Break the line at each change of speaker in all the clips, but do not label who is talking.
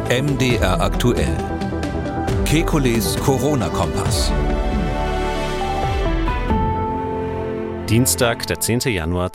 MDR aktuell. Kekules Corona-Kompass.
Dienstag, der 10. Januar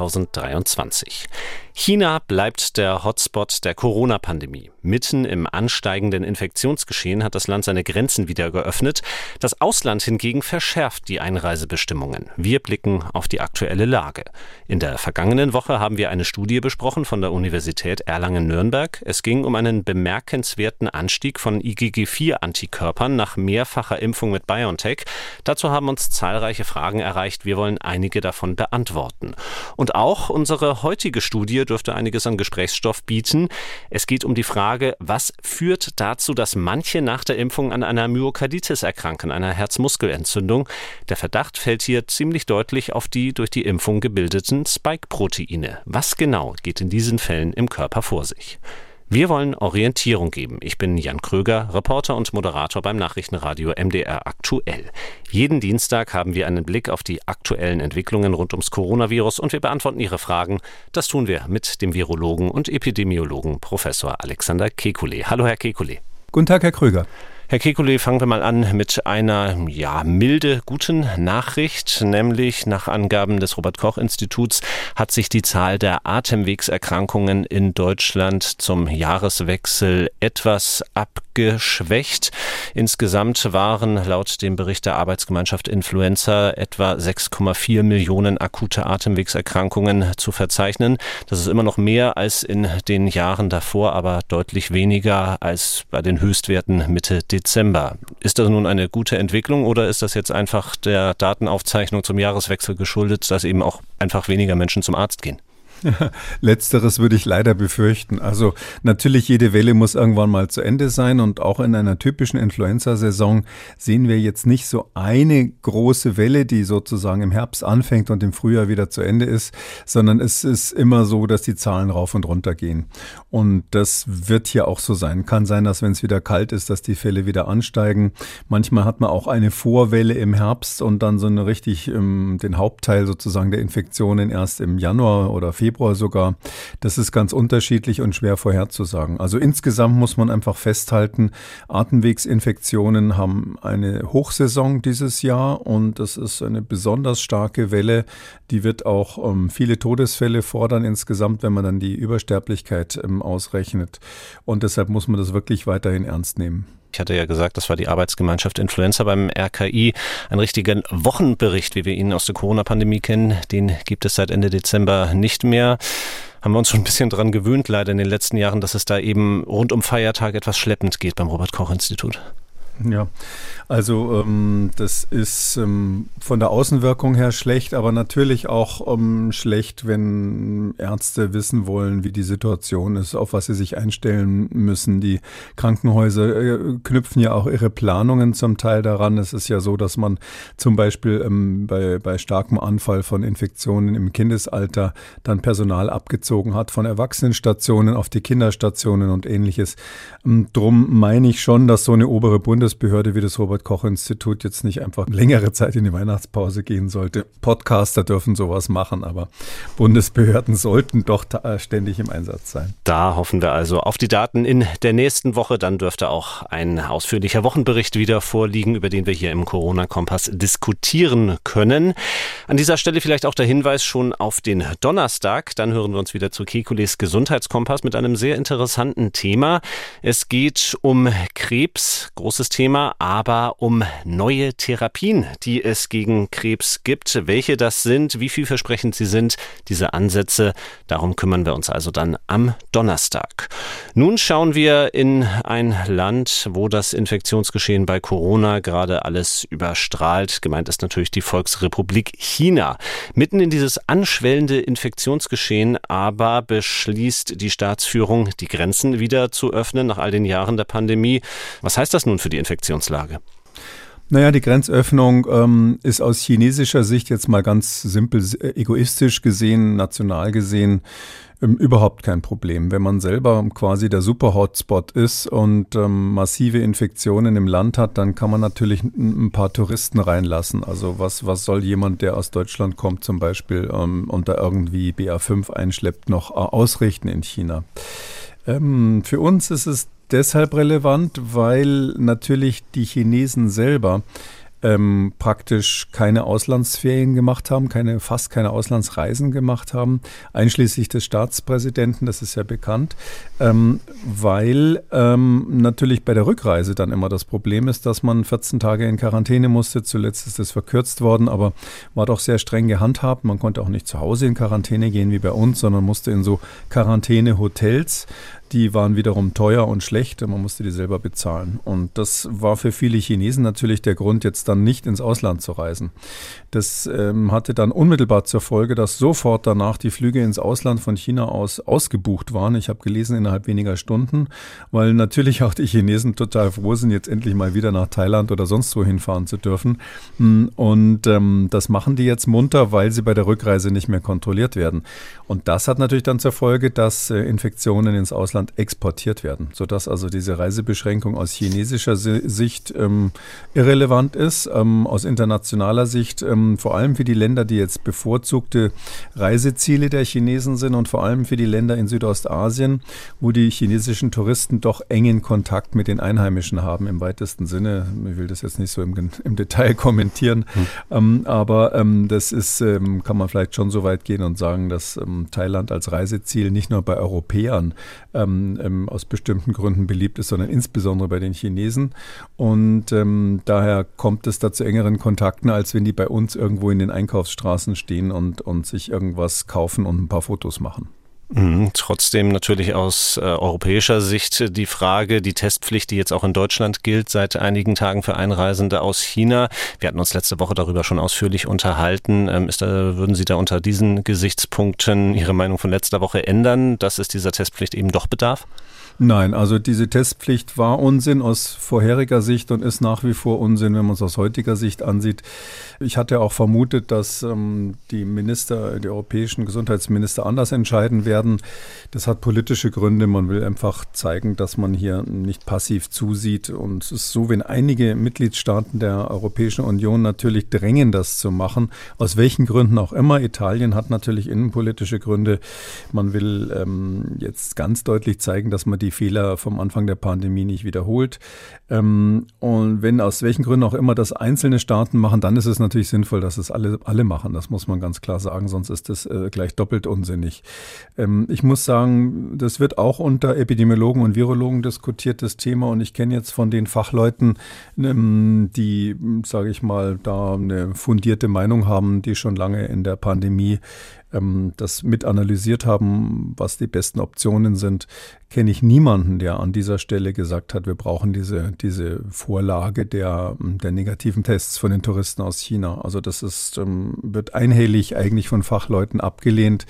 2023. China bleibt der Hotspot der Corona-Pandemie. Mitten im ansteigenden Infektionsgeschehen hat das Land seine Grenzen wieder geöffnet. Das Ausland hingegen verschärft die Einreisebestimmungen. Wir blicken auf die aktuelle Lage. In der vergangenen Woche haben wir eine Studie besprochen von der Universität Erlangen-Nürnberg. Es ging um einen bemerkenswerten Anstieg von IgG4-Antikörpern nach mehrfacher Impfung mit BioNTech. Dazu haben uns zahlreiche Fragen erreicht. Wir wollen einige davon beantworten. Und auch unsere heutige Studie dürfte einiges an Gesprächsstoff bieten. Es geht um die Frage, was führt dazu, dass manche nach der Impfung an einer Myokarditis erkranken, einer Herzmuskelentzündung. Der Verdacht fällt hier ziemlich deutlich auf die durch die Impfung gebildeten Spike-Proteine. Was genau geht in diesen Fällen im Körper vor sich? Wir wollen Orientierung geben. Ich bin Jan Kröger, Reporter und Moderator beim Nachrichtenradio MDR aktuell. Jeden Dienstag haben wir einen Blick auf die aktuellen Entwicklungen rund ums Coronavirus und wir beantworten Ihre Fragen. Das tun wir mit dem Virologen und Epidemiologen Professor Alexander Kekulé. Hallo, Herr Kekulé.
Guten Tag, Herr Kröger.
Herr Kekulé, fangen wir mal an mit einer milde, guten Nachricht, nämlich nach Angaben des Robert-Koch-Instituts hat sich die Zahl der Atemwegserkrankungen in Deutschland zum Jahreswechsel etwas abgeschwächt. Insgesamt waren laut dem Bericht der Arbeitsgemeinschaft Influenza etwa 6,4 Millionen akute Atemwegserkrankungen zu verzeichnen. Das ist immer noch mehr als in den Jahren davor, aber deutlich weniger als bei den Höchstwerten Mitte Dezember. Ist das nun eine gute Entwicklung oder ist das jetzt einfach der Datenaufzeichnung zum Jahreswechsel geschuldet, dass eben auch einfach weniger Menschen zum Arzt gehen?
Letzteres würde ich leider befürchten. Also natürlich, jede Welle muss irgendwann mal zu Ende sein und auch in einer typischen Influenza-Saison sehen wir jetzt nicht so eine große Welle, die sozusagen im Herbst anfängt und im Frühjahr wieder zu Ende ist, sondern es ist immer so, dass die Zahlen rauf und runter gehen. Und das wird hier auch so sein. Kann sein, dass wenn es wieder kalt ist, dass die Fälle wieder ansteigen. Manchmal hat man auch eine Vorwelle im Herbst und dann so eine richtig den Hauptteil sozusagen der Infektionen erst im Januar oder Februar sogar. Das ist ganz unterschiedlich und schwer vorherzusagen. Also insgesamt muss man einfach festhalten, Atemwegsinfektionen haben eine Hochsaison dieses Jahr und das ist eine besonders starke Welle. Die wird auch viele Todesfälle fordern insgesamt, wenn man dann die Übersterblichkeit ausrechnet. Und deshalb muss man das wirklich weiterhin ernst nehmen.
Ich hatte ja gesagt, das war die Arbeitsgemeinschaft Influenza beim RKI. Ein richtiger Wochenbericht, wie wir ihn aus der Corona-Pandemie kennen, den gibt es seit Ende Dezember nicht mehr. Haben wir uns schon ein bisschen dran gewöhnt, leider in den letzten Jahren, dass es da eben rund um Feiertage etwas schleppend geht beim Robert-Koch-Institut.
Ja, also das ist von der Außenwirkung her schlecht, aber natürlich auch schlecht, wenn Ärzte wissen wollen, wie die Situation ist, auf was sie sich einstellen müssen. Die Krankenhäuser knüpfen ja auch ihre Planungen zum Teil daran. Es ist ja so, dass man zum Beispiel bei starkem Anfall von Infektionen im Kindesalter dann Personal abgezogen hat von Erwachsenenstationen auf die Kinderstationen und Ähnliches. Drum meine ich schon, dass so eine obere Bundesbehörde wie das Robert-Koch-Institut jetzt nicht einfach längere Zeit in die Weihnachtspause gehen sollte. Podcaster dürfen sowas machen, aber Bundesbehörden sollten doch ständig im Einsatz sein.
Da hoffen wir also auf die Daten in der nächsten Woche. Dann dürfte auch ein ausführlicher Wochenbericht wieder vorliegen, über den wir hier im Corona-Kompass diskutieren können. An dieser Stelle vielleicht auch der Hinweis schon auf den Donnerstag. Dann hören wir uns wieder zu Kekulés Gesundheitskompass mit einem sehr interessanten Thema. Es geht um Krebs, großes Thema, aber um neue Therapien, die es gegen Krebs gibt. Welche das sind, wie vielversprechend sie sind, diese Ansätze, darum kümmern wir uns also dann am Donnerstag. Nun schauen wir in ein Land, wo das Infektionsgeschehen bei Corona gerade alles überstrahlt. Gemeint ist natürlich die Volksrepublik China. Mitten in dieses anschwellende Infektionsgeschehen aber beschließt die Staatsführung, die Grenzen wieder zu öffnen nach all den Jahren der Pandemie. Was heißt das nun für die Infektionslage?
Naja, die Grenzöffnung ist aus chinesischer Sicht jetzt mal ganz simpel, egoistisch gesehen, national gesehen, überhaupt kein Problem. Wenn man selber quasi der Super-Hotspot ist und massive Infektionen im Land hat, dann kann man natürlich ein paar Touristen reinlassen. Also was soll jemand, der aus Deutschland kommt zum Beispiel und da irgendwie BA5 einschleppt, noch ausrichten in China? Für uns ist es deshalb relevant, weil natürlich die Chinesen selber praktisch keine Auslandsferien gemacht haben, fast keine Auslandsreisen gemacht haben, einschließlich des Staatspräsidenten, das ist ja bekannt, weil natürlich bei der Rückreise dann immer das Problem ist, dass man 14 Tage in Quarantäne musste. Zuletzt ist das verkürzt worden, aber war doch sehr streng gehandhabt. Man konnte auch nicht zu Hause in Quarantäne gehen wie bei uns, sondern musste in so Quarantänehotels. Die waren wiederum teuer und schlecht und man musste die selber bezahlen. Und das war für viele Chinesen natürlich der Grund, jetzt dann nicht ins Ausland zu reisen. Das hatte dann unmittelbar zur Folge, dass sofort danach die Flüge ins Ausland von China aus ausgebucht waren. Ich habe gelesen, innerhalb weniger Stunden, weil natürlich auch die Chinesen total froh sind, jetzt endlich mal wieder nach Thailand oder sonst wo hinfahren zu dürfen. Und das machen die jetzt munter, weil sie bei der Rückreise nicht mehr kontrolliert werden. Und das hat natürlich dann zur Folge, dass Infektionen ins Ausland exportiert werden, sodass also diese Reisebeschränkung aus chinesischer Sicht irrelevant ist, aus internationaler Sicht vor allem für die Länder, die jetzt bevorzugte Reiseziele der Chinesen sind und vor allem für die Länder in Südostasien, wo die chinesischen Touristen doch engen Kontakt mit den Einheimischen haben, im weitesten Sinne. Ich will das jetzt nicht so im Detail kommentieren, aber das ist, kann man vielleicht schon so weit gehen und sagen, dass Thailand als Reiseziel nicht nur bei Europäern aus bestimmten Gründen beliebt ist, sondern insbesondere bei den Chinesen. Und daher kommt es da zu engeren Kontakten, als wenn die bei uns irgendwo in den Einkaufsstraßen stehen und sich irgendwas kaufen und ein paar Fotos machen.
Trotzdem natürlich aus europäischer Sicht die Frage, die Testpflicht, die jetzt auch in Deutschland gilt, seit einigen Tagen für Einreisende aus China. Wir hatten uns letzte Woche darüber schon ausführlich unterhalten. Würden Sie da unter diesen Gesichtspunkten Ihre Meinung von letzter Woche ändern, dass es dieser Testpflicht eben doch bedarf?
Nein, also diese Testpflicht war Unsinn aus vorheriger Sicht und ist nach wie vor Unsinn, wenn man es aus heutiger Sicht ansieht. Ich hatte auch vermutet, dass die europäischen Gesundheitsminister anders entscheiden werden. Das hat politische Gründe. Man will einfach zeigen, dass man hier nicht passiv zusieht. Und es ist so, wenn einige Mitgliedstaaten der Europäischen Union natürlich drängen, das zu machen, aus welchen Gründen auch immer. Italien hat natürlich innenpolitische Gründe. Man will jetzt ganz deutlich zeigen, dass man die Fehler vom Anfang der Pandemie nicht wiederholt. Und wenn aus welchen Gründen auch immer das einzelne Staaten machen, dann ist es natürlich sinnvoll, dass es alle machen. Das muss man ganz klar sagen, sonst ist das gleich doppelt unsinnig. Ich muss sagen, das wird auch unter Epidemiologen und Virologen diskutiert, das Thema. Und ich kenne jetzt von den Fachleuten, die, sage ich mal, da eine fundierte Meinung haben, die schon lange in der Pandemie das mit analysiert haben, was die besten Optionen sind, kenne ich niemanden, der an dieser Stelle gesagt hat, wir brauchen diese Vorlage der negativen Tests von den Touristen aus China. Also das wird einhellig eigentlich von Fachleuten abgelehnt.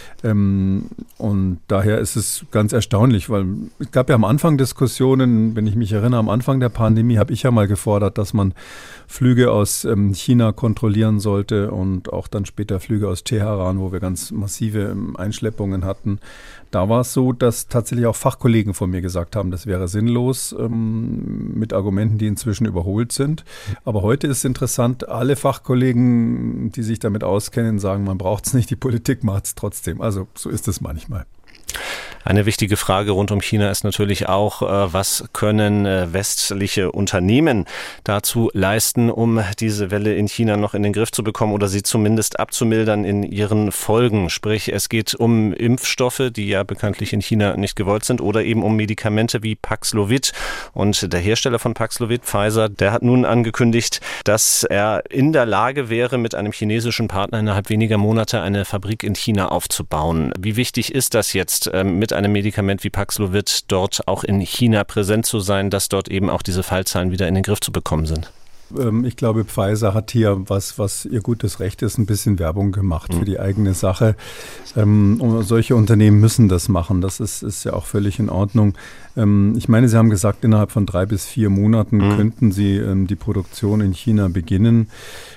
Und daher ist es ganz erstaunlich, weil es gab ja am Anfang Diskussionen, wenn ich mich erinnere, am Anfang der Pandemie habe ich ja mal gefordert, dass man Flüge aus China kontrollieren sollte und auch dann später Flüge aus Teheran, wo wir ganz massive Einschleppungen hatten. Da war es so, dass tatsächlich auch Fachkollegen von mir gesagt haben, das wäre sinnlos, mit Argumenten, die inzwischen überholt sind. Aber heute ist interessant, alle Fachkollegen, die sich damit auskennen, sagen, man braucht es nicht, die Politik macht es trotzdem. Also so ist es manchmal.
Eine wichtige Frage rund um China ist natürlich auch, was können westliche Unternehmen dazu leisten, um diese Welle in China noch in den Griff zu bekommen oder sie zumindest abzumildern in ihren Folgen. Sprich, es geht um Impfstoffe, die ja bekanntlich in China nicht gewollt sind, oder eben um Medikamente wie Paxlovid. Und der Hersteller von Paxlovid, Pfizer, der hat nun angekündigt, dass er in der Lage wäre, mit einem chinesischen Partner innerhalb weniger Monate eine Fabrik in China aufzubauen. Wie wichtig ist das jetzt, mit einem Medikament wie Paxlovid dort auch in China präsent zu sein, dass dort eben auch diese Fallzahlen wieder in den Griff zu bekommen sind?
Ich glaube, Pfizer hat hier, was ihr gutes Recht ist, ein bisschen Werbung gemacht für die eigene Sache. Und solche Unternehmen müssen das machen. Das ist ja auch völlig in Ordnung. Ich meine, Sie haben gesagt, innerhalb von 3 bis 4 Monaten könnten Sie die Produktion in China beginnen.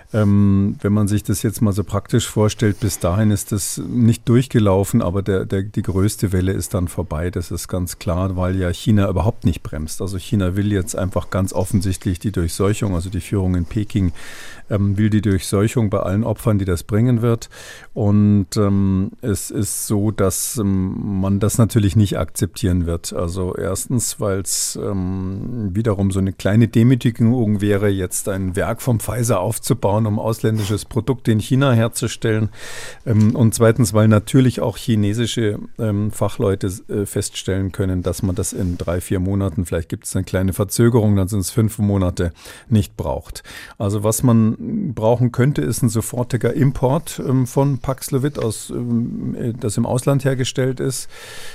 Wenn man sich das jetzt mal so praktisch vorstellt, bis dahin ist das nicht durchgelaufen, aber die größte Welle ist dann vorbei. Das ist ganz klar, weil ja China überhaupt nicht bremst. Also China will jetzt einfach ganz offensichtlich die Durchseuchung, also die Führung in Peking, will die Durchseuchung bei allen Opfern, die das bringen wird. Und es ist so, dass man das natürlich nicht akzeptieren wird. Also erstens, weil es wiederum so eine kleine Demütigung wäre, jetzt ein Werk vom Pfizer aufzubauen, um ausländisches Produkt in China herzustellen. Und zweitens, weil natürlich auch chinesische Fachleute feststellen können, dass man das in 3-4 Monaten, vielleicht gibt es eine kleine Verzögerung, dann sind es 5 Monate, nicht braucht. Also was man brauchen könnte, ist ein sofortiger Import von Paxlovid, das im Ausland hergestellt ist.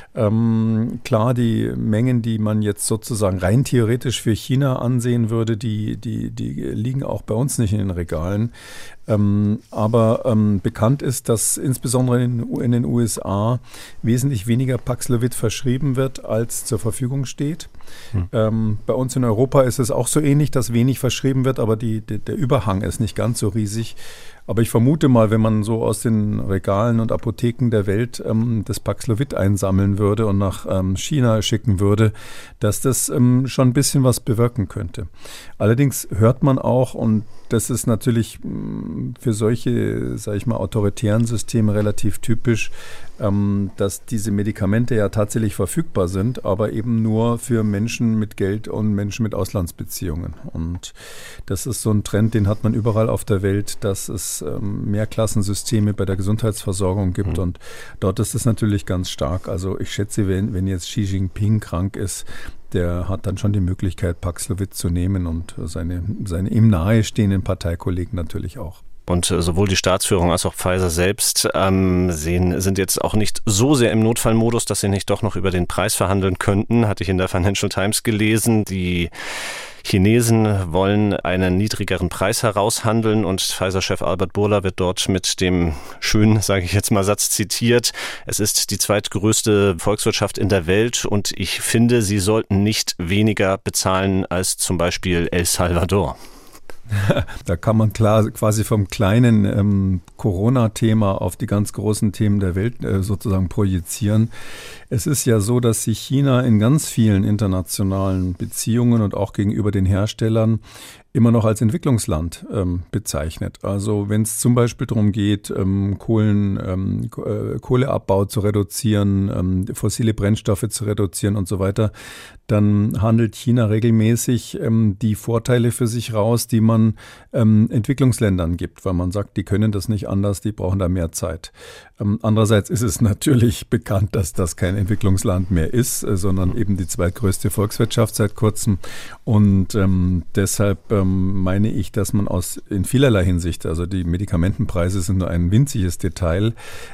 Klar, die Mengen, die man jetzt sozusagen rein theoretisch für China ansehen würde, die liegen auch bei uns nicht in den Regalen. Aber bekannt ist, dass insbesondere in den USA wesentlich weniger Paxlovid verschrieben wird, als zur Verfügung steht. Bei uns in Europa ist es auch so ähnlich, dass wenig verschrieben wird, aber der Überhang ist nicht ganz so riesig. Aber ich vermute mal, wenn man so aus den Regalen und Apotheken der Welt das Paxlovid einsammeln würde und nach China schicken würde, dass das schon ein bisschen was bewirken könnte. Allerdings hört man auch, und das ist natürlich für solche, sage ich mal, autoritären Systeme relativ typisch, dass diese Medikamente ja tatsächlich verfügbar sind, aber eben nur für Menschen mit Geld und Menschen mit Auslandsbeziehungen. Und das ist so ein Trend, den hat man überall auf der Welt, dass es Mehrklassensysteme bei der Gesundheitsversorgung gibt. Und dort ist es natürlich ganz stark. Also ich schätze, wenn jetzt Xi Jinping krank ist, der hat dann schon die Möglichkeit, Paxlovid zu nehmen und seine ihm nahestehenden Parteikollegen natürlich auch.
Und sowohl die Staatsführung als auch Pfizer selbst sind jetzt auch nicht so sehr im Notfallmodus, dass sie nicht doch noch über den Preis verhandeln könnten, hatte ich in der Financial Times gelesen. Die Chinesen wollen einen niedrigeren Preis heraushandeln und Pfizer-Chef Albert Bourla wird dort mit dem schönen, sage ich jetzt mal, Satz zitiert: Es ist die zweitgrößte Volkswirtschaft in der Welt und ich finde, sie sollten nicht weniger bezahlen als zum Beispiel El Salvador.
Da kann man klar quasi vom kleinen Corona-Thema auf die ganz großen Themen der Welt sozusagen projizieren. Es ist ja so, dass sich China in ganz vielen internationalen Beziehungen und auch gegenüber den Herstellern immer noch als Entwicklungsland bezeichnet. Also wenn es zum Beispiel darum geht, Kohleabbau zu reduzieren, fossile Brennstoffe zu reduzieren und so weiter, dann handelt China regelmäßig die Vorteile für sich raus, die man Entwicklungsländern gibt, weil man sagt, die können das nicht anders, die brauchen da mehr Zeit. Andererseits ist es natürlich bekannt, dass das kein Entwicklungsland mehr ist, sondern eben die zweitgrößte Volkswirtschaft seit kurzem. Und deshalb meine ich, dass man in vielerlei Hinsicht, also die Medikamentenpreise sind nur ein winziges Detail,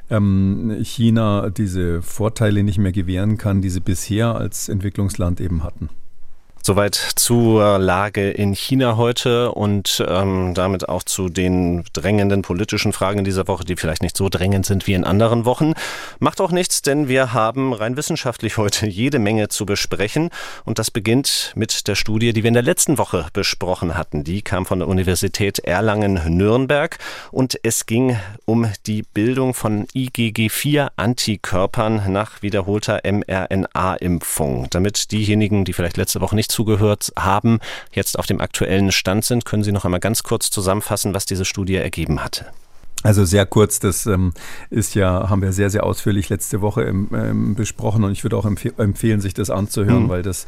China diese Vorteile nicht mehr gewähren kann, die sie bisher als Entwicklungsland eben hatten.
Soweit zur Lage in China heute und damit auch zu den drängenden politischen Fragen in dieser Woche, die vielleicht nicht so drängend sind wie in anderen Wochen. Macht auch nichts, denn wir haben rein wissenschaftlich heute jede Menge zu besprechen. Und das beginnt mit der Studie, die wir in der letzten Woche besprochen hatten. Die kam von der Universität Erlangen-Nürnberg und es ging um die Bildung von IgG4-Antikörpern nach wiederholter mRNA-Impfung. Damit diejenigen, die vielleicht letzte Woche nicht zugehört haben, jetzt auf dem aktuellen Stand sind, können Sie noch einmal ganz kurz zusammenfassen, was diese Studie ergeben hatte?
Also sehr kurz, das haben wir sehr, sehr ausführlich letzte Woche besprochen und ich würde auch empfehlen, sich das anzuhören, weil das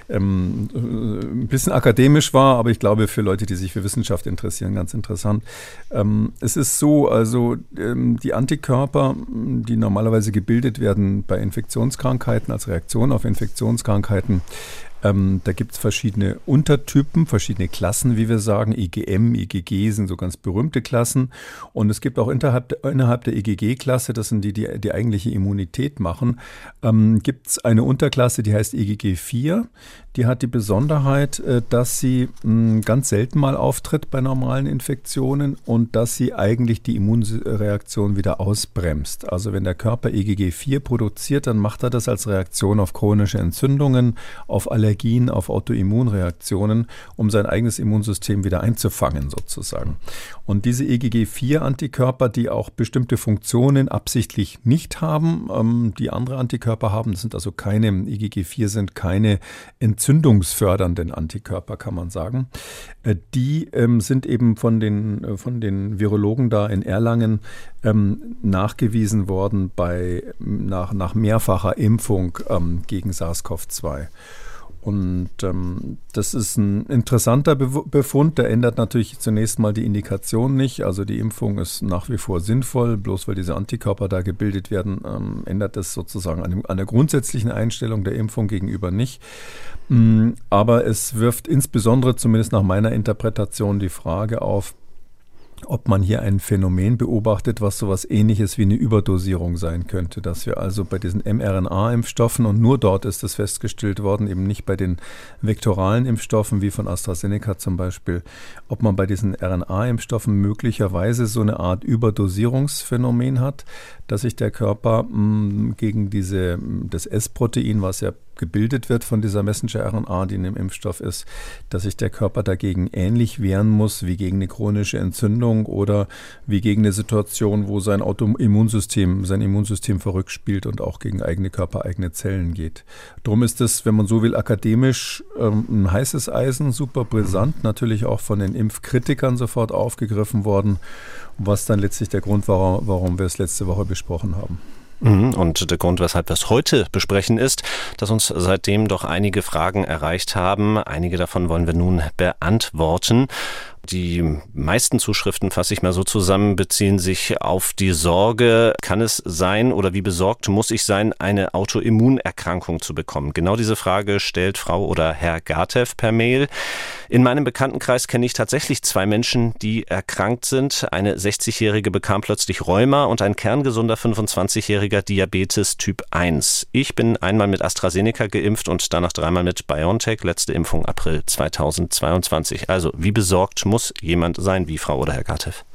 ein bisschen akademisch war, aber ich glaube für Leute, die sich für Wissenschaft interessieren, ganz interessant. Es ist so, also die Antikörper, die normalerweise gebildet werden bei Infektionskrankheiten als Reaktion auf Infektionskrankheiten, da gibt es verschiedene Untertypen, verschiedene Klassen, wie wir sagen. IgM, IgG sind so ganz berühmte Klassen. Und es gibt auch innerhalb der IgG-Klasse, das sind die eigentliche Immunität machen, gibt es eine Unterklasse, die heißt IgG4. Die hat die Besonderheit, dass sie ganz selten mal auftritt bei normalen Infektionen und dass sie eigentlich die Immunreaktion wieder ausbremst. Also wenn der Körper IgG4 produziert, dann macht er das als Reaktion auf chronische Entzündungen, auf Allergien Allergien, auf Autoimmunreaktionen, um sein eigenes Immunsystem wieder einzufangen sozusagen. Und diese IgG4-Antikörper, die auch bestimmte Funktionen absichtlich nicht haben, die andere Antikörper haben, das sind also keine, IgG4 sind keine entzündungsfördernden Antikörper, kann man sagen. Die sind eben von den Virologen da in Erlangen nachgewiesen worden nach mehrfacher Impfung gegen SARS-CoV-2. Und das ist ein interessanter Befund, der ändert natürlich zunächst mal die Indikation nicht. Also die Impfung ist nach wie vor sinnvoll, bloß weil diese Antikörper da gebildet werden, ändert das sozusagen an der grundsätzlichen Einstellung der Impfung gegenüber nicht. Aber es wirft insbesondere, zumindest nach meiner Interpretation, die Frage auf, ob man hier ein Phänomen beobachtet, was sowas Ähnliches wie eine Überdosierung sein könnte, dass wir also bei diesen mRNA-Impfstoffen, und nur dort ist das festgestellt worden, eben nicht bei den vektoralen Impfstoffen wie von AstraZeneca zum Beispiel, ob man bei diesen RNA-Impfstoffen möglicherweise so eine Art Überdosierungsphänomen hat, dass sich der Körper gegen das S-Protein, was ja gebildet wird von dieser Messenger-RNA, die in dem Impfstoff ist, dass sich der Körper dagegen ähnlich wehren muss wie gegen eine chronische Entzündung oder wie gegen eine Situation, wo sein Immunsystem verrückt spielt und auch gegen eigene körpereigene Zellen geht. Darum ist das, wenn man so will, akademisch ein heißes Eisen, super brisant, natürlich auch von den Impfkritikern sofort aufgegriffen worden, was dann letztlich der Grund war, warum wir es letzte Woche besprochen haben.
Und der Grund, weshalb wir es heute besprechen, ist, dass uns seitdem doch einige Fragen erreicht haben. Einige davon wollen wir nun beantworten. Die meisten Zuschriften, fasse ich mal so zusammen, beziehen sich auf die Sorge, kann es sein oder wie besorgt muss ich sein, eine Autoimmunerkrankung zu bekommen? Genau diese Frage stellt Frau oder Herr Gatev per Mail. In meinem Bekanntenkreis kenne ich tatsächlich 2 Menschen, die erkrankt sind. Eine 60-Jährige bekam plötzlich Rheuma und ein kerngesunder 25-Jähriger Diabetes Typ 1. Ich bin einmal mit AstraZeneca geimpft und danach 3-mal mit BioNTech, letzte Impfung April 2022. Also wie besorgt muss jemand sein, wie Frau oder Herr Gatev?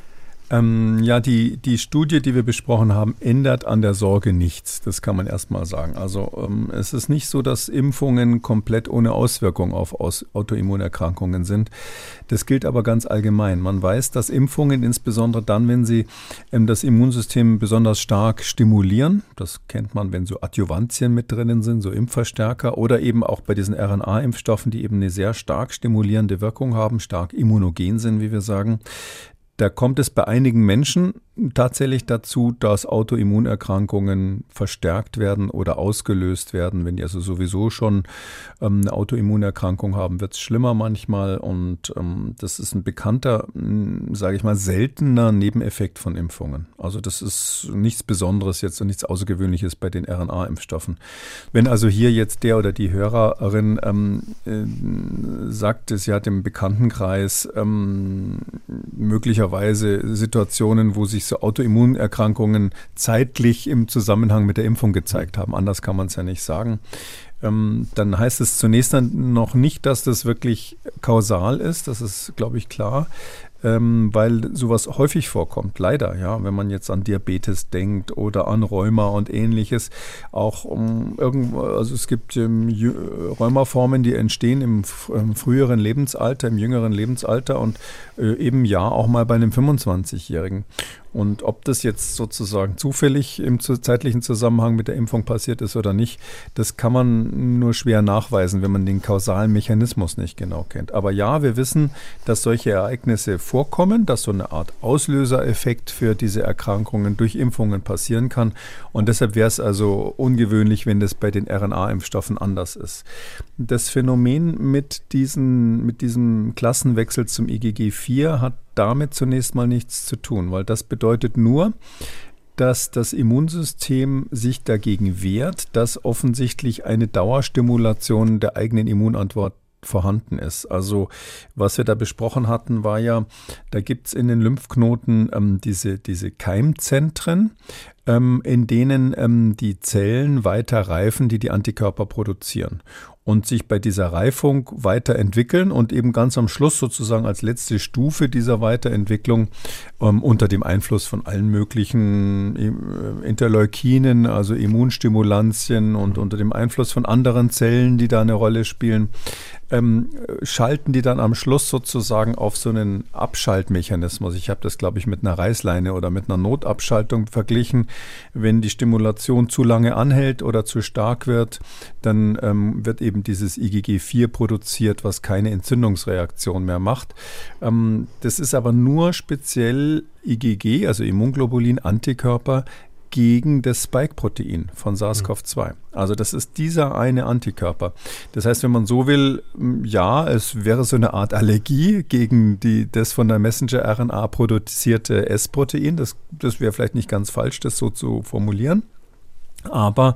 Die Studie, die wir besprochen haben, ändert an der Sorge nichts. Das kann man erstmal sagen. Also es ist nicht so, dass Impfungen komplett ohne Auswirkung auf Autoimmunerkrankungen sind. Das gilt aber ganz allgemein. Man weiß, dass Impfungen insbesondere dann, wenn sie das Immunsystem besonders stark stimulieren, das kennt man, wenn so Adjuvantien mit drinnen sind, so Impfverstärker, oder eben auch bei diesen RNA-Impfstoffen, die eben eine sehr stark stimulierende Wirkung haben, stark immunogen sind, wie wir sagen. Da kommt es bei einigen Menschen tatsächlich dazu, dass Autoimmunerkrankungen verstärkt werden oder ausgelöst werden. Wenn die also sowieso schon eine Autoimmunerkrankung haben, wird es schlimmer manchmal. Und das ist ein bekannter, sage ich mal, seltener Nebeneffekt von Impfungen. Also das ist nichts Besonderes jetzt und nichts Außergewöhnliches bei den RNA-Impfstoffen. Wenn also hier jetzt der oder die Hörerin sagt, sie hat im Bekanntenkreis möglicherweise Situationen, wo sich so Autoimmunerkrankungen zeitlich im Zusammenhang mit der Impfung gezeigt haben. Anders kann man es ja nicht sagen. Dann heißt es zunächst dann noch nicht, dass das wirklich kausal ist. Das ist, glaube ich, klar. Weil sowas häufig vorkommt, leider, ja, wenn man jetzt an Diabetes denkt oder an Rheuma und Ähnliches, auch also es gibt Rheumaformen, die entstehen im früheren Lebensalter, im jüngeren Lebensalter und eben ja auch mal bei einem 25-Jährigen. Und ob das jetzt sozusagen zufällig im zeitlichen Zusammenhang mit der Impfung passiert ist oder nicht, das kann man nur schwer nachweisen, wenn man den kausalen Mechanismus nicht genau kennt. Aber ja, wir wissen, dass solche Ereignisse vorkommen, dass so eine Art Auslösereffekt für diese Erkrankungen durch Impfungen passieren kann. Und deshalb wäre es also ungewöhnlich, wenn das bei den RNA-Impfstoffen anders ist. Das Phänomen mit diesem Klassenwechsel zum IgG4 hat damit zunächst mal nichts zu tun, weil das bedeutet nur, dass das Immunsystem sich dagegen wehrt, dass offensichtlich eine Dauerstimulation der eigenen Immunantwort vorhanden ist. Also was wir da besprochen hatten, war ja, da gibt es in den Lymphknoten diese Keimzentren, in denen die Zellen weiter reifen, die die Antikörper produzieren und sich bei dieser Reifung weiterentwickeln und eben ganz am Schluss sozusagen als letzte Stufe dieser Weiterentwicklung unter dem Einfluss von allen möglichen Interleukinen, also Immunstimulantien und unter dem Einfluss von anderen Zellen, die da eine Rolle spielen, schalten die dann am Schluss sozusagen auf so einen Abschaltmechanismus. Ich habe das, glaube ich, mit einer Reißleine oder mit einer Notabschaltung verglichen. Wenn die Stimulation zu lange anhält oder zu stark wird, dann wird eben dieses IgG4 produziert, was keine Entzündungsreaktion mehr macht. Das ist aber nur speziell IgG, also Immunglobulin, Antikörper, gegen das Spike-Protein von SARS-CoV-2. Also das ist dieser eine Antikörper. Das heißt, wenn man so will, ja, es wäre so eine Art Allergie gegen das von der Messenger-RNA produzierte S-Protein. Das wäre vielleicht nicht ganz falsch, das so zu formulieren. Aber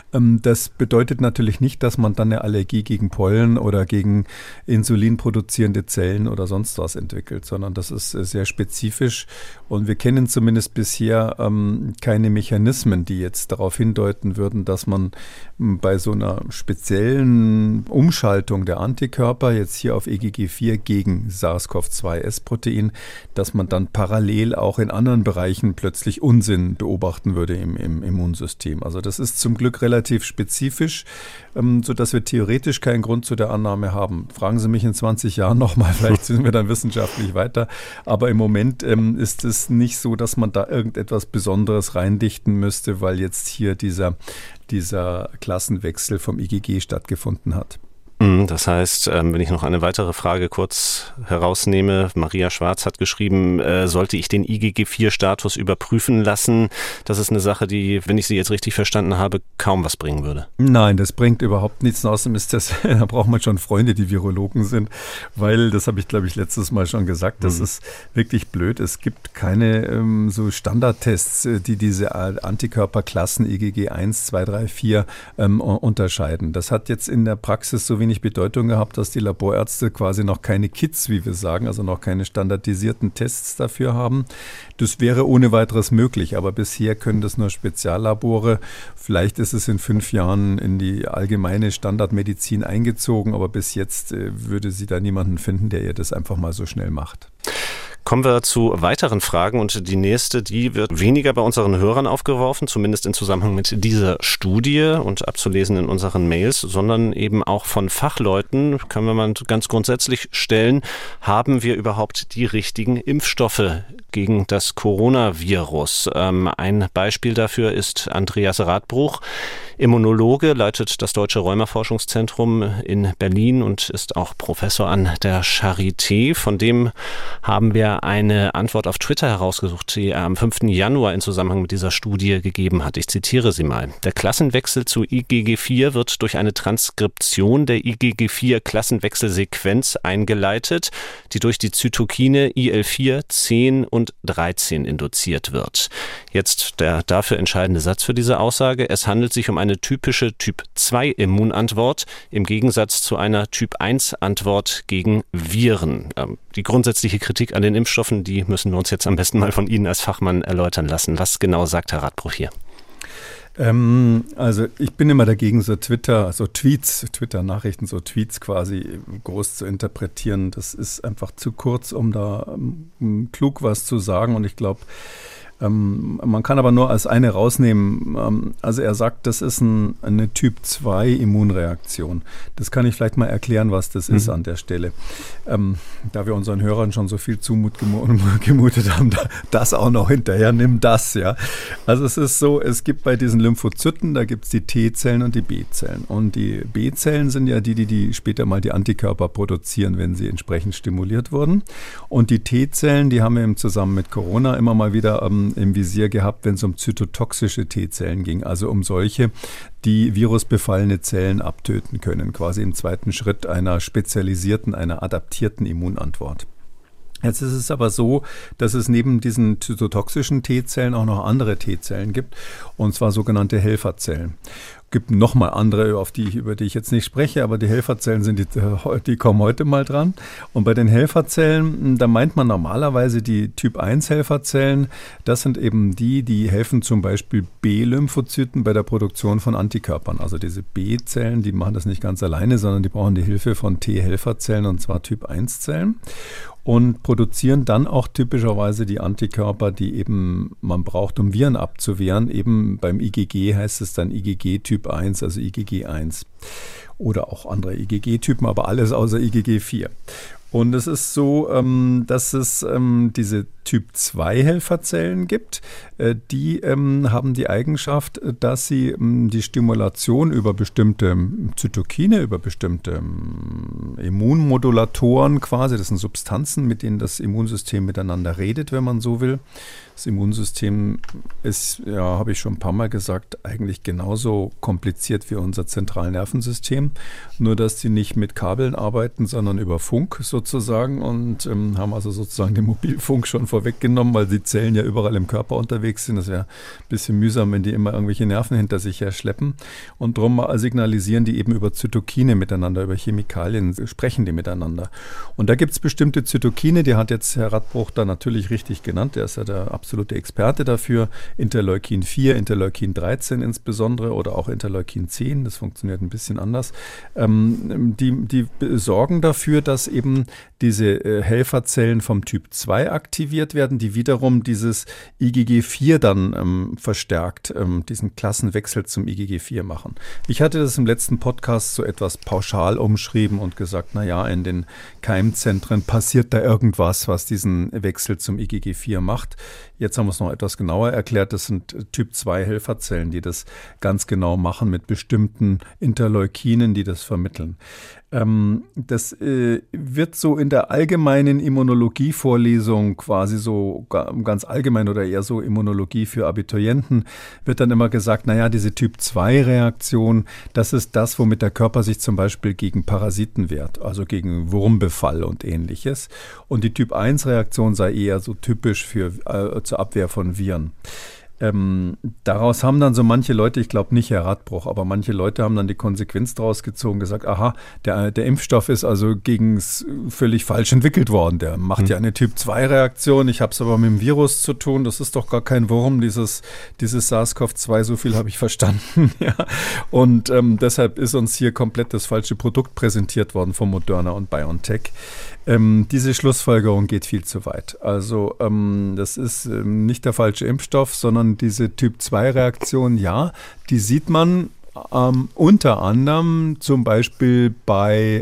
das bedeutet natürlich nicht, dass man dann eine Allergie gegen Pollen oder gegen insulinproduzierende Zellen oder sonst was entwickelt, sondern das ist sehr spezifisch und wir kennen zumindest bisher keine Mechanismen, die jetzt darauf hindeuten würden, dass man bei so einer speziellen Umschaltung der Antikörper, jetzt hier auf IgG4 gegen SARS-CoV-2-S-Protein, dass man dann parallel auch in anderen Bereichen plötzlich Unsinn beobachten würde im Immunsystem. Also das ist zum Glück relativ spezifisch, sodass wir theoretisch keinen Grund zu der Annahme haben. Fragen Sie mich in 20 Jahren nochmal, vielleicht sind wir dann wissenschaftlich weiter. Aber im Moment ist es nicht so, dass man da irgendetwas Besonderes reindichten müsste, weil jetzt hier dieser Klassenwechsel vom IgG stattgefunden hat.
Das heißt, wenn ich noch eine weitere Frage kurz herausnehme, Maria Schwarz hat geschrieben, sollte ich den IgG4-Status überprüfen lassen? Das ist eine Sache, die, wenn ich sie jetzt richtig verstanden habe, kaum was bringen würde.
Nein, das bringt überhaupt nichts. Außerdem da braucht man schon Freunde, die Virologen sind, weil, das habe ich, glaube ich, letztes Mal schon gesagt, das ist wirklich blöd. Es gibt keine so Standardtests, die diese Antikörperklassen IgG 1, 2, 3, 4 unterscheiden. Das hat jetzt in der Praxis so wenig Bedeutung gehabt, dass die Laborärzte quasi noch keine Kits, wie wir sagen, also noch keine standardisierten Tests dafür haben. Das wäre ohne weiteres möglich, aber bisher können das nur Speziallabore. Vielleicht ist es in 5 Jahren in die allgemeine Standardmedizin eingezogen, aber bis jetzt würde sie da niemanden finden, der ihr das einfach mal so schnell macht.
Kommen wir zu weiteren Fragen und die nächste, die wird weniger bei unseren Hörern aufgeworfen, zumindest in Zusammenhang mit dieser Studie und abzulesen in unseren Mails, sondern eben auch von Fachleuten, können wir mal ganz grundsätzlich stellen, haben wir überhaupt die richtigen Impfstoffe gegen das Coronavirus? Ein Beispiel dafür ist Andreas Radbruch, Immunologe, leitet das Deutsche Rheuma-Forschungszentrum in Berlin und ist auch Professor an der Charité. Von dem haben wir eine Antwort auf Twitter herausgesucht, die er am 5. Januar in Zusammenhang mit dieser Studie gegeben hat. Ich zitiere sie mal. Der Klassenwechsel zu IgG4 wird durch eine Transkription der IgG4-Klassenwechselsequenz eingeleitet, die durch die Zytokine IL-4, 10 und 13 induziert wird. Jetzt der dafür entscheidende Satz für diese Aussage. Es handelt sich um eine typische Typ-2-Immunantwort im Gegensatz zu einer Typ-1-Antwort gegen Viren. Die grundsätzliche Kritik an den Impfstoffen, die müssen wir uns jetzt am besten mal von Ihnen als Fachmann erläutern lassen. Was genau sagt Herr Radbruch hier?
Also ich bin immer dagegen, so Twitter-Nachrichten, so Tweets quasi groß zu interpretieren. Das ist einfach zu kurz, um da klug was zu sagen. Und ich glaube, man kann aber nur als eine rausnehmen. Also er sagt, das ist eine Typ-2-Immunreaktion. Das kann ich vielleicht mal erklären, was das ist an der Stelle. Da wir unseren Hörern schon so viel Zumut gemutet haben, das auch noch hinterher, nimm das, ja. Also es ist so, es gibt bei diesen Lymphozyten, da gibt es die T-Zellen und die B-Zellen. Und die B-Zellen sind ja die später mal die Antikörper produzieren, wenn sie entsprechend stimuliert wurden. Und die T-Zellen, die haben wir zusammen mit Corona immer mal wieder im Visier gehabt, wenn es um zytotoxische T-Zellen ging, also um solche, die virusbefallene Zellen abtöten können, quasi im zweiten Schritt einer spezialisierten, einer adaptierten Immunantwort. Jetzt ist es aber so, dass es neben diesen zytotoxischen T-Zellen auch noch andere T-Zellen gibt, und zwar sogenannte Helferzellen. gibt nochmal andere, über die ich jetzt nicht spreche, aber die Helferzellen die kommen heute mal dran. Und bei den Helferzellen, da meint man normalerweise die Typ-1-Helferzellen. Das sind eben die helfen zum Beispiel B-Lymphozyten bei der Produktion von Antikörpern. Also diese B-Zellen, die machen das nicht ganz alleine, sondern die brauchen die Hilfe von T-Helferzellen, und zwar Typ-1-Zellen. Und produzieren dann auch typischerweise die Antikörper, die eben man braucht, um Viren abzuwehren. Eben beim IgG heißt es dann IgG Typ 1, also IgG1. Oder auch andere IgG-Typen, aber alles außer IgG4. Und es ist so, dass es diese Typ-2-Helferzellen gibt. Die haben die Eigenschaft, dass sie die Stimulation über bestimmte Zytokine, über bestimmte Immunmodulatoren quasi, das sind Substanzen, mit denen das Immunsystem miteinander redet, wenn man so will. Das Immunsystem ist, ja, habe ich schon ein paar Mal gesagt, eigentlich genauso kompliziert wie unser Zentralnervensystem, nur dass die nicht mit Kabeln arbeiten, sondern über Funk sozusagen, und haben also sozusagen den Mobilfunk schon vorweggenommen, weil die Zellen ja überall im Körper unterwegs sind. Das wäre ein bisschen mühsam, wenn die immer irgendwelche Nerven hinter sich her schleppen. Und darum signalisieren die eben über Zytokine miteinander, über Chemikalien sprechen die miteinander. Und da gibt es bestimmte Zytokine, die hat jetzt Herr Radbruch da natürlich richtig genannt, der ist ja der absolute Experte dafür. Interleukin 4, Interleukin 13 insbesondere oder auch Interleukin 10, das funktioniert ein bisschen anders. Die sorgen dafür, dass eben diese Helferzellen vom Typ 2 aktiviert werden, die wiederum dieses IgG4 dann verstärkt, diesen Klassenwechsel zum IgG4 machen. Ich hatte das im letzten Podcast so etwas pauschal umschrieben und gesagt, naja, in den Keimzentren passiert da irgendwas, was diesen Wechsel zum IgG4 macht. Jetzt haben wir es noch etwas genauer erklärt. Das sind Typ-2-Helferzellen, die das ganz genau machen mit bestimmten Interleukinen, die das vermitteln. Das wird so in der allgemeinen Immunologie-Vorlesung quasi so ganz allgemein oder eher so Immunologie für Abiturienten, wird dann immer gesagt, naja, diese Typ-2-Reaktion, das ist das, womit der Körper sich zum Beispiel gegen Parasiten wehrt, also gegen Wurmbefall und ähnliches. Und die Typ-1-Reaktion sei eher so typisch zur Abwehr von Viren. Daraus haben dann so manche Leute, ich glaube nicht Herr Radbruch, aber manche Leute haben dann die Konsequenz daraus gezogen, gesagt, aha, der Impfstoff ist also völlig falsch entwickelt worden. Der macht ja eine Typ-2-Reaktion, ich habe es aber mit dem Virus zu tun, das ist doch gar kein Wurm, dieses SARS-CoV-2, so viel habe ich verstanden. Ja. Und deshalb ist uns hier komplett das falsche Produkt präsentiert worden von Moderna und BioNTech. Diese Schlussfolgerung geht viel zu weit. Also das ist nicht der falsche Impfstoff, sondern diese Typ-2-Reaktion, ja, die sieht man unter anderem zum Beispiel beim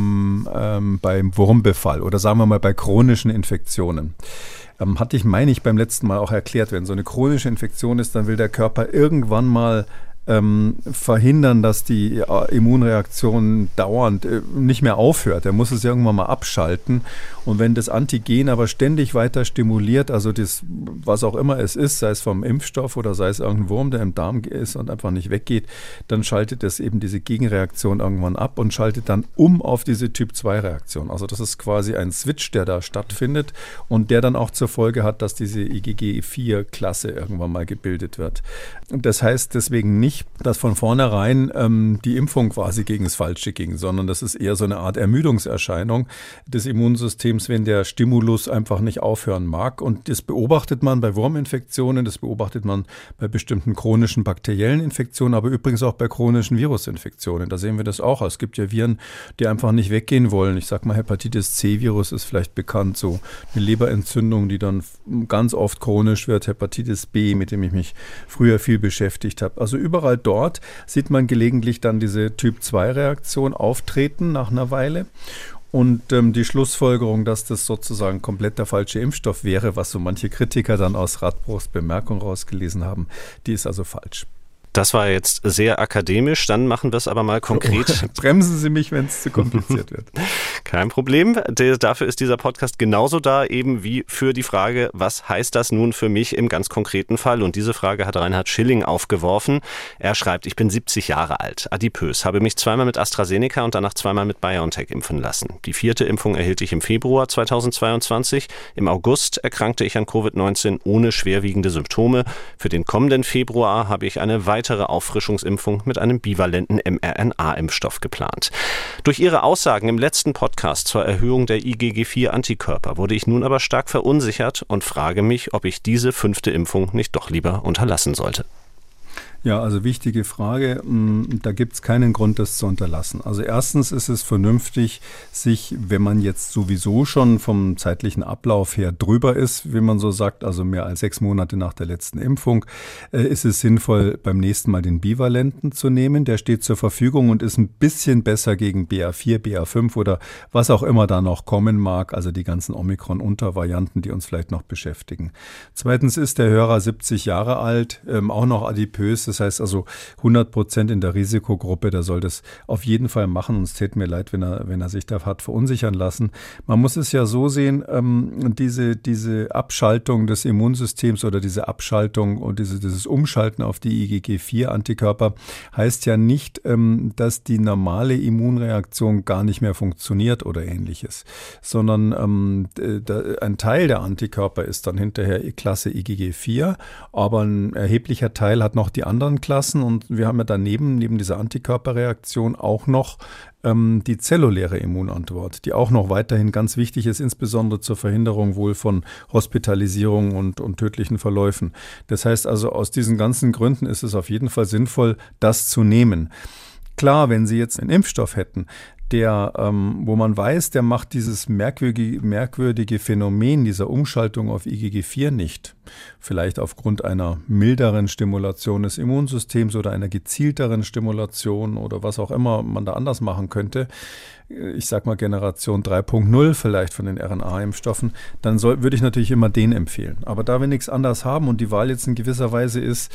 Wurmbefall oder sagen wir mal bei chronischen Infektionen. Hatte ich, meine ich, beim letzten Mal auch erklärt, wenn so eine chronische Infektion ist, dann will der Körper irgendwann mal verhindern, dass die Immunreaktion dauernd nicht mehr aufhört. Er muss es irgendwann mal abschalten. Und wenn das Antigen aber ständig weiter stimuliert, also das, was auch immer es ist, sei es vom Impfstoff oder sei es irgendein Wurm, der im Darm ist und einfach nicht weggeht, dann schaltet es eben diese Gegenreaktion irgendwann ab und schaltet dann auf diese Typ-2-Reaktion. Also das ist quasi ein Switch, der da stattfindet und der dann auch zur Folge hat, dass diese IgG4-Klasse irgendwann mal gebildet wird. Und das heißt deswegen nicht, dass von vornherein die Impfung quasi gegen das Falsche ging, sondern das ist eher so eine Art Ermüdungserscheinung des Immunsystems, wenn der Stimulus einfach nicht aufhören mag. Und das beobachtet man bei Wurminfektionen, das beobachtet man bei bestimmten chronischen bakteriellen Infektionen, aber übrigens auch bei chronischen Virusinfektionen. Da sehen wir das auch. Es gibt ja Viren, die einfach nicht weggehen wollen. Ich sage mal, Hepatitis-C-Virus ist vielleicht bekannt, so eine Leberentzündung, die dann ganz oft chronisch wird. Hepatitis B, mit dem ich mich früher viel beschäftigt habe. Also überall dort sieht man gelegentlich dann diese Typ-2-Reaktion auftreten nach einer Weile. Und die Schlussfolgerung, dass das sozusagen komplett der falsche Impfstoff wäre, was so manche Kritiker dann aus Radbruchs Bemerkung rausgelesen haben, die ist also falsch.
Das war jetzt sehr akademisch, dann machen wir es aber mal konkret.
Bremsen Sie mich, wenn es zu kompliziert wird.
Kein Problem, dafür ist dieser Podcast genauso da, eben wie für die Frage, was heißt das nun für mich im ganz konkreten Fall? Und diese Frage hat Reinhard Schilling aufgeworfen. Er schreibt, ich bin 70 Jahre alt, adipös, habe mich zweimal mit AstraZeneca und danach zweimal mit BioNTech impfen lassen. Die 4. Impfung erhielt ich im Februar 2022. Im August erkrankte ich an Covid-19 ohne schwerwiegende Symptome. Für den kommenden Februar habe ich eine weitere weitere Auffrischungsimpfung mit einem bivalenten mRNA-Impfstoff geplant. Durch ihre Aussagen im letzten Podcast zur Erhöhung der IgG4-Antikörper wurde ich nun aber stark verunsichert und frage mich, ob ich diese 5. Impfung nicht doch lieber unterlassen sollte.
Ja, also wichtige Frage. Da gibt es keinen Grund, das zu unterlassen. Also erstens ist es vernünftig, sich, wenn man jetzt sowieso schon vom zeitlichen Ablauf her drüber ist, wie man so sagt, also mehr als 6 Monate nach der letzten Impfung, ist es sinnvoll, beim nächsten Mal den Bivalenten zu nehmen. Der steht zur Verfügung und ist ein bisschen besser gegen BA4, BA5 oder was auch immer da noch kommen mag, also die ganzen Omikron-Untervarianten, die uns vielleicht noch beschäftigen. Zweitens ist der Hörer 70 Jahre alt, auch noch adipös. Das heißt also 100% in der Risikogruppe, der soll das auf jeden Fall machen. Und es täte mir leid, wenn er sich da hat verunsichern lassen. Man muss es ja so sehen, diese Abschaltung des Immunsystems oder diese Abschaltung und dieses Umschalten auf die IgG4-Antikörper heißt ja nicht, dass die normale Immunreaktion gar nicht mehr funktioniert oder ähnliches, sondern ein Teil der Antikörper ist dann hinterher Klasse IgG4, aber ein erheblicher Teil hat noch die anderen Klassen und wir haben ja daneben, neben dieser Antikörperreaktion auch noch die zelluläre Immunantwort, die auch noch weiterhin ganz wichtig ist, insbesondere zur Verhinderung wohl von Hospitalisierung und tödlichen Verläufen. Das heißt also, aus diesen ganzen Gründen ist es auf jeden Fall sinnvoll, das zu nehmen. Klar, wenn Sie jetzt einen Impfstoff hätten, wo man weiß, der macht dieses merkwürdige Phänomen dieser Umschaltung auf IgG4 nicht. Vielleicht aufgrund einer milderen Stimulation des Immunsystems oder einer gezielteren Stimulation oder was auch immer man da anders machen könnte. Ich sag mal Generation 3.0 vielleicht von den RNA-Impfstoffen, dann würde ich natürlich immer den empfehlen. Aber da wir nichts anderes haben und die Wahl jetzt in gewisser Weise ist,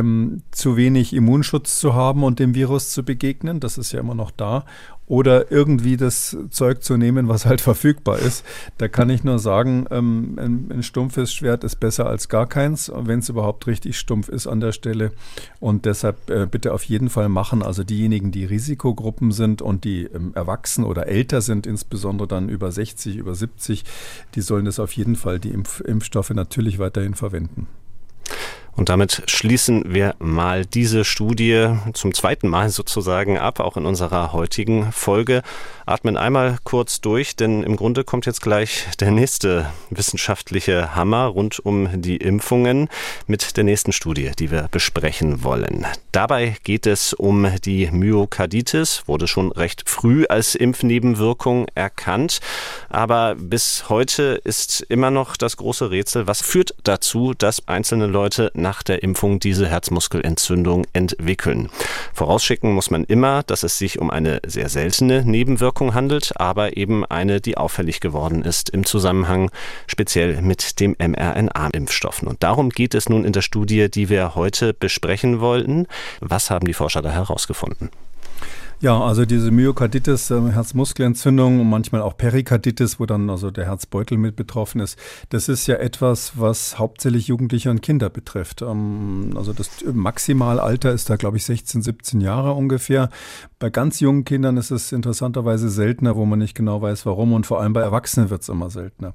zu wenig Immunschutz zu haben und dem Virus zu begegnen, das ist ja immer noch da, oder irgendwie das Zeug zu nehmen, was halt verfügbar ist. Da kann ich nur sagen, ein stumpfes Schwert ist besser als gar keins, wenn es überhaupt richtig stumpf ist an der Stelle. Und deshalb bitte auf jeden Fall machen. Also diejenigen, die Risikogruppen sind und die erwachsen oder älter sind, insbesondere dann über 60, über 70, die sollen das auf jeden Fall, die Impfstoffe natürlich weiterhin verwenden.
Und damit schließen wir mal diese Studie zum 2. Mal sozusagen ab, auch in unserer heutigen Folge. Atmen einmal kurz durch, denn im Grunde kommt jetzt gleich der nächste wissenschaftliche Hammer rund um die Impfungen mit der nächsten Studie, die wir besprechen wollen. Dabei geht es um die Myokarditis, wurde schon recht früh als Impfnebenwirkung erkannt. Aber bis heute ist immer noch das große Rätsel, was führt dazu, dass einzelne Leute nach der Impfung diese Herzmuskelentzündung entwickeln. Vorausschicken muss man immer, dass es sich um eine sehr seltene Nebenwirkung handelt, aber eben eine, die auffällig geworden ist im Zusammenhang speziell mit dem mRNA-Impfstoffen. Und darum geht es nun in der Studie, die wir heute besprechen wollten. Was haben die Forscher da herausgefunden?
Ja, also diese Myokarditis, Herzmuskelentzündung und manchmal auch Perikarditis, wo dann also der Herzbeutel mit betroffen ist, das ist ja etwas, was hauptsächlich Jugendliche und Kinder betrifft. Also das Maximalalter ist da, glaube ich, 16, 17 Jahre ungefähr. Bei ganz jungen Kindern ist es interessanterweise seltener, wo man nicht genau weiß, warum, und vor allem bei Erwachsenen wird es immer seltener.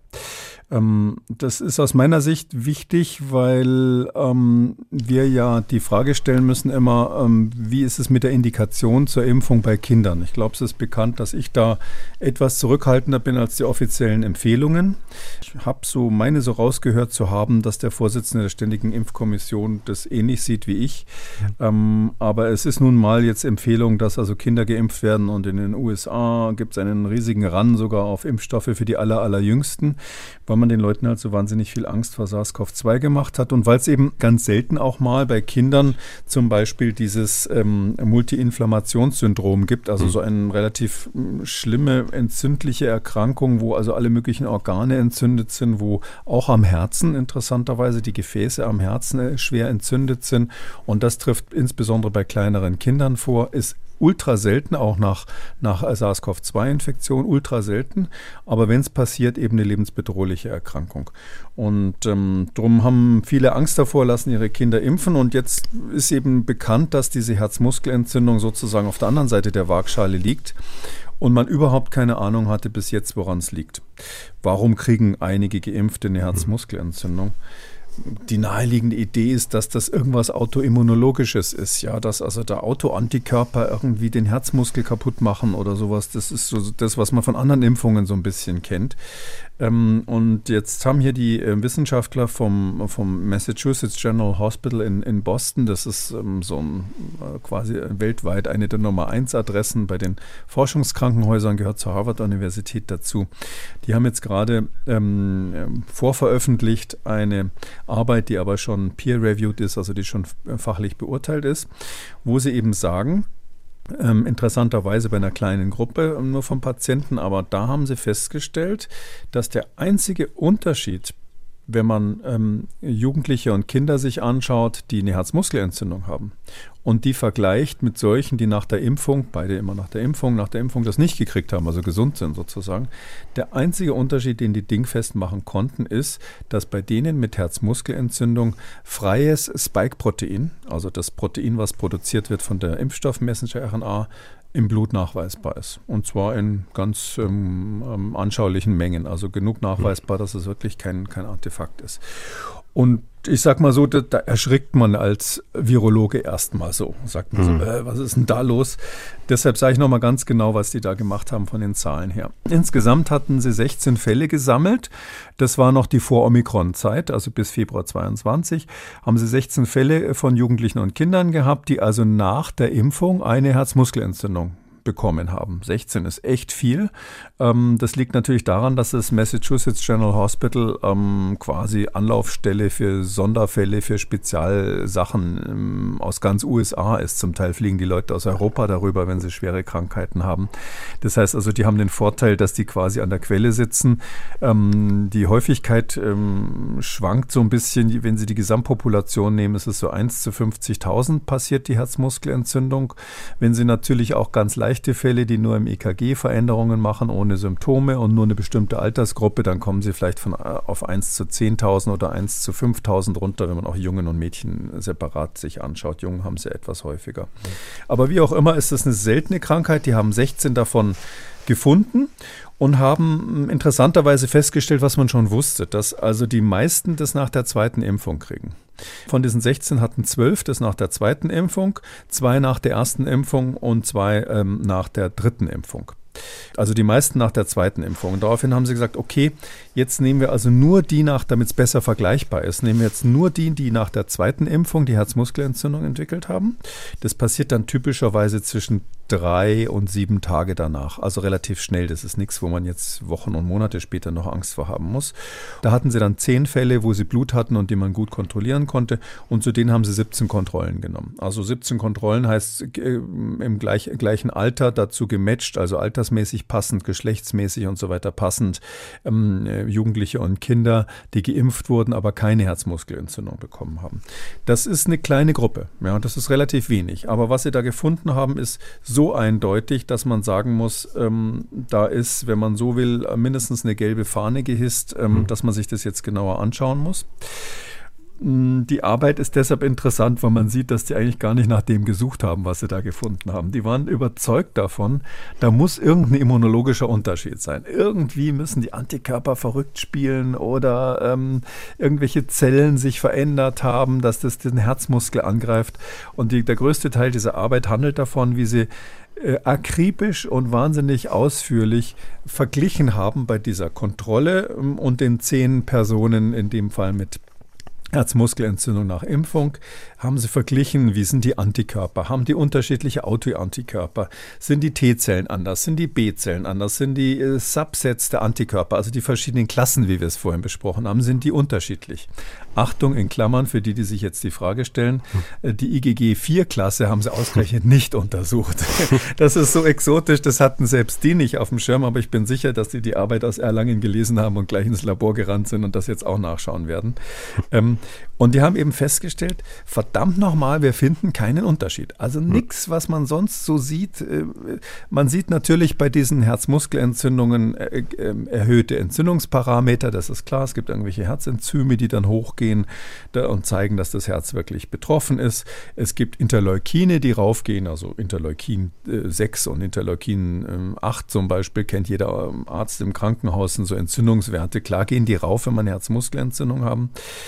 Das ist aus meiner Sicht wichtig, weil wir ja die Frage stellen müssen immer, wie ist es mit der Indikation zur Impfung bei Kindern? Ich glaube, es ist bekannt, dass ich da etwas zurückhaltender bin als die offiziellen Empfehlungen. Ich habe so rausgehört zu haben, dass der Vorsitzende der Ständigen Impfkommission das ähnlich sieht wie ich. Aber es ist nun mal jetzt Empfehlung, dass also Kinder geimpft werden, und in den USA gibt es einen riesigen Run sogar auf Impfstoffe für die allerjüngsten, weil man den Leuten halt so wahnsinnig viel Angst vor SARS-CoV-2 gemacht hat und weil es eben ganz selten auch mal bei Kindern zum Beispiel dieses Multi-Inflammationssyndrom gibt, also so eine relativ schlimme entzündliche Erkrankung, wo also alle möglichen Organe entzündet sind, wo auch am Herzen interessanterweise die Gefäße am Herzen schwer entzündet sind, und das trifft insbesondere bei kleineren Kindern vor, ist ultra selten, auch nach SARS-CoV-2-Infektion, ultra selten. Aber wenn es passiert, eben eine lebensbedrohliche Erkrankung. Und darum haben viele Angst davor, lassen ihre Kinder impfen. Und jetzt ist eben bekannt, dass diese Herzmuskelentzündung sozusagen auf der anderen Seite der Waagschale liegt. Und man überhaupt keine Ahnung hatte bis jetzt, woran es liegt. Warum kriegen einige Geimpfte eine Herzmuskelentzündung? die naheliegende Idee ist, dass das irgendwas Autoimmunologisches ist, ja, dass also der Autoantikörper irgendwie den Herzmuskel kaputt machen oder sowas. Das ist so das, was man von anderen Impfungen so ein bisschen kennt. Und jetzt haben hier die Wissenschaftler vom Massachusetts General Hospital in Boston, das ist quasi weltweit eine der Nummer 1 Adressen bei den Forschungskrankenhäusern, gehört zur Harvard-Universität dazu. Die haben jetzt gerade vorveröffentlicht eine Arbeit, die aber schon peer-reviewed ist, also die schon fachlich beurteilt ist, wo sie eben sagen, interessanterweise bei einer kleinen Gruppe nur von Patienten, aber da haben sie festgestellt, dass der einzige Unterschied, wenn man Jugendliche und Kinder sich anschaut, die eine Herzmuskelentzündung haben und die vergleicht mit solchen, die nach der Impfung, beide immer nach der Impfung das nicht gekriegt haben, also gesund sind sozusagen, der einzige Unterschied, den die dingfest machen konnten, ist, dass bei denen mit Herzmuskelentzündung freies Spike-Protein, also das Protein, was produziert wird von der Impfstoff-Messenger-RNA, im Blut nachweisbar ist. Und zwar in ganz anschaulichen Mengen. Also genug nachweisbar, dass es wirklich kein Artefakt ist. Und ich sag mal so, da erschrickt man als Virologe erstmal so. Sagt man so, was ist denn da los? Deshalb sage ich nochmal ganz genau, was die da gemacht haben von den Zahlen her. Insgesamt hatten sie 16 Fälle gesammelt. Das war noch die Vor-Omikron-Zeit, also bis Februar 22. Haben sie 16 Fälle von Jugendlichen und Kindern gehabt, die also nach der Impfung eine Herzmuskelentzündung bekommen haben. 16 ist echt viel. Das liegt natürlich daran, dass das Massachusetts General Hospital quasi Anlaufstelle für Sonderfälle, für Spezialsachen aus ganz USA ist. Zum Teil fliegen die Leute aus Europa darüber, wenn sie schwere Krankheiten haben. Das heißt also, die haben den Vorteil, dass die quasi an der Quelle sitzen. Die Häufigkeit schwankt so ein bisschen. Wenn Sie die Gesamtpopulation nehmen, ist es so 1 zu 50.000 passiert die Herzmuskelentzündung. Wenn Sie natürlich auch ganz leichte Fälle, die nur im EKG Veränderungen machen, ohne Symptome und nur eine bestimmte Altersgruppe, dann kommen sie vielleicht auf 1 zu 10.000 oder 1 zu 5.000 runter, wenn man auch Jungen und Mädchen separat sich anschaut. Jungen haben sie etwas häufiger. Aber wie auch immer ist es eine seltene Krankheit. Die haben 16 davon gefunden und haben interessanterweise festgestellt, was man schon wusste, dass also die meisten das nach der zweiten Impfung kriegen. Von diesen 16 hatten 12 das nach der zweiten Impfung, 2 nach der ersten Impfung und 2 nach der dritten Impfung. Also die meisten nach der zweiten Impfung. Und daraufhin haben sie gesagt, okay, jetzt nehmen wir also nur die damit es besser vergleichbar ist, nehmen wir jetzt nur die nach der zweiten Impfung die Herzmuskelentzündung entwickelt haben. Das passiert dann typischerweise zwischen 3 und 7 Tage danach. Also relativ schnell. Das ist nichts, wo man jetzt Wochen und Monate später noch Angst vor haben muss. Da hatten sie dann 10 Fälle, wo sie Blut hatten und die man gut kontrollieren konnte. Und zu denen haben sie 17 Kontrollen genommen. Also 17 Kontrollen heißt im gleichen Alter dazu gematcht, also altersmäßig passend, geschlechtsmäßig und so weiter passend. Jugendliche und Kinder, die geimpft wurden, aber keine Herzmuskelentzündung bekommen haben. Das ist eine kleine Gruppe. Ja, das ist relativ wenig. Aber was sie da gefunden haben, ist so eindeutig, dass man sagen muss, da ist, wenn man so will, mindestens eine gelbe Fahne gehisst, dass man sich das jetzt genauer anschauen muss. Die Arbeit ist deshalb interessant, weil man sieht, dass die eigentlich gar nicht nach dem gesucht haben, was sie da gefunden haben. Die waren überzeugt davon, da muss irgendein immunologischer Unterschied sein. Irgendwie müssen die Antikörper verrückt spielen oder irgendwelche Zellen sich verändert haben, dass das den Herzmuskel angreift. Und der größte Teil dieser Arbeit handelt davon, wie sie akribisch und wahnsinnig ausführlich verglichen haben bei dieser Kontrolle und den 10 Personen, in dem Fall mit Herzmuskelentzündung nach Impfung, haben sie verglichen, wie sind die Antikörper, haben die unterschiedliche Autoantikörper, sind die T-Zellen anders, sind die B-Zellen anders, sind die Subsets der Antikörper, also die verschiedenen Klassen, wie wir es vorhin besprochen haben, sind die unterschiedlich. Achtung, in Klammern, für die sich jetzt die Frage stellen, die IgG4-Klasse haben sie ausgerechnet nicht untersucht. Das ist so exotisch, das hatten selbst die nicht auf dem Schirm, aber ich bin sicher, dass sie die Arbeit aus Erlangen gelesen haben und gleich ins Labor gerannt sind und das jetzt auch nachschauen werden. Und die haben eben festgestellt, verdammt nochmal, wir finden keinen Unterschied. Also nichts, was man sonst so sieht. Man sieht natürlich bei diesen Herzmuskelentzündungen erhöhte Entzündungsparameter, das ist klar. Es gibt irgendwelche Herzenzyme, die dann hochgehen und zeigen, dass das Herz wirklich betroffen ist. Es gibt Interleukine, die raufgehen, also Interleukin 6 und Interleukin 8 zum Beispiel, kennt jeder Arzt im Krankenhaus, sind so Entzündungswerte. Klar gehen die rauf, wenn man Herzmuskelentzündung haben.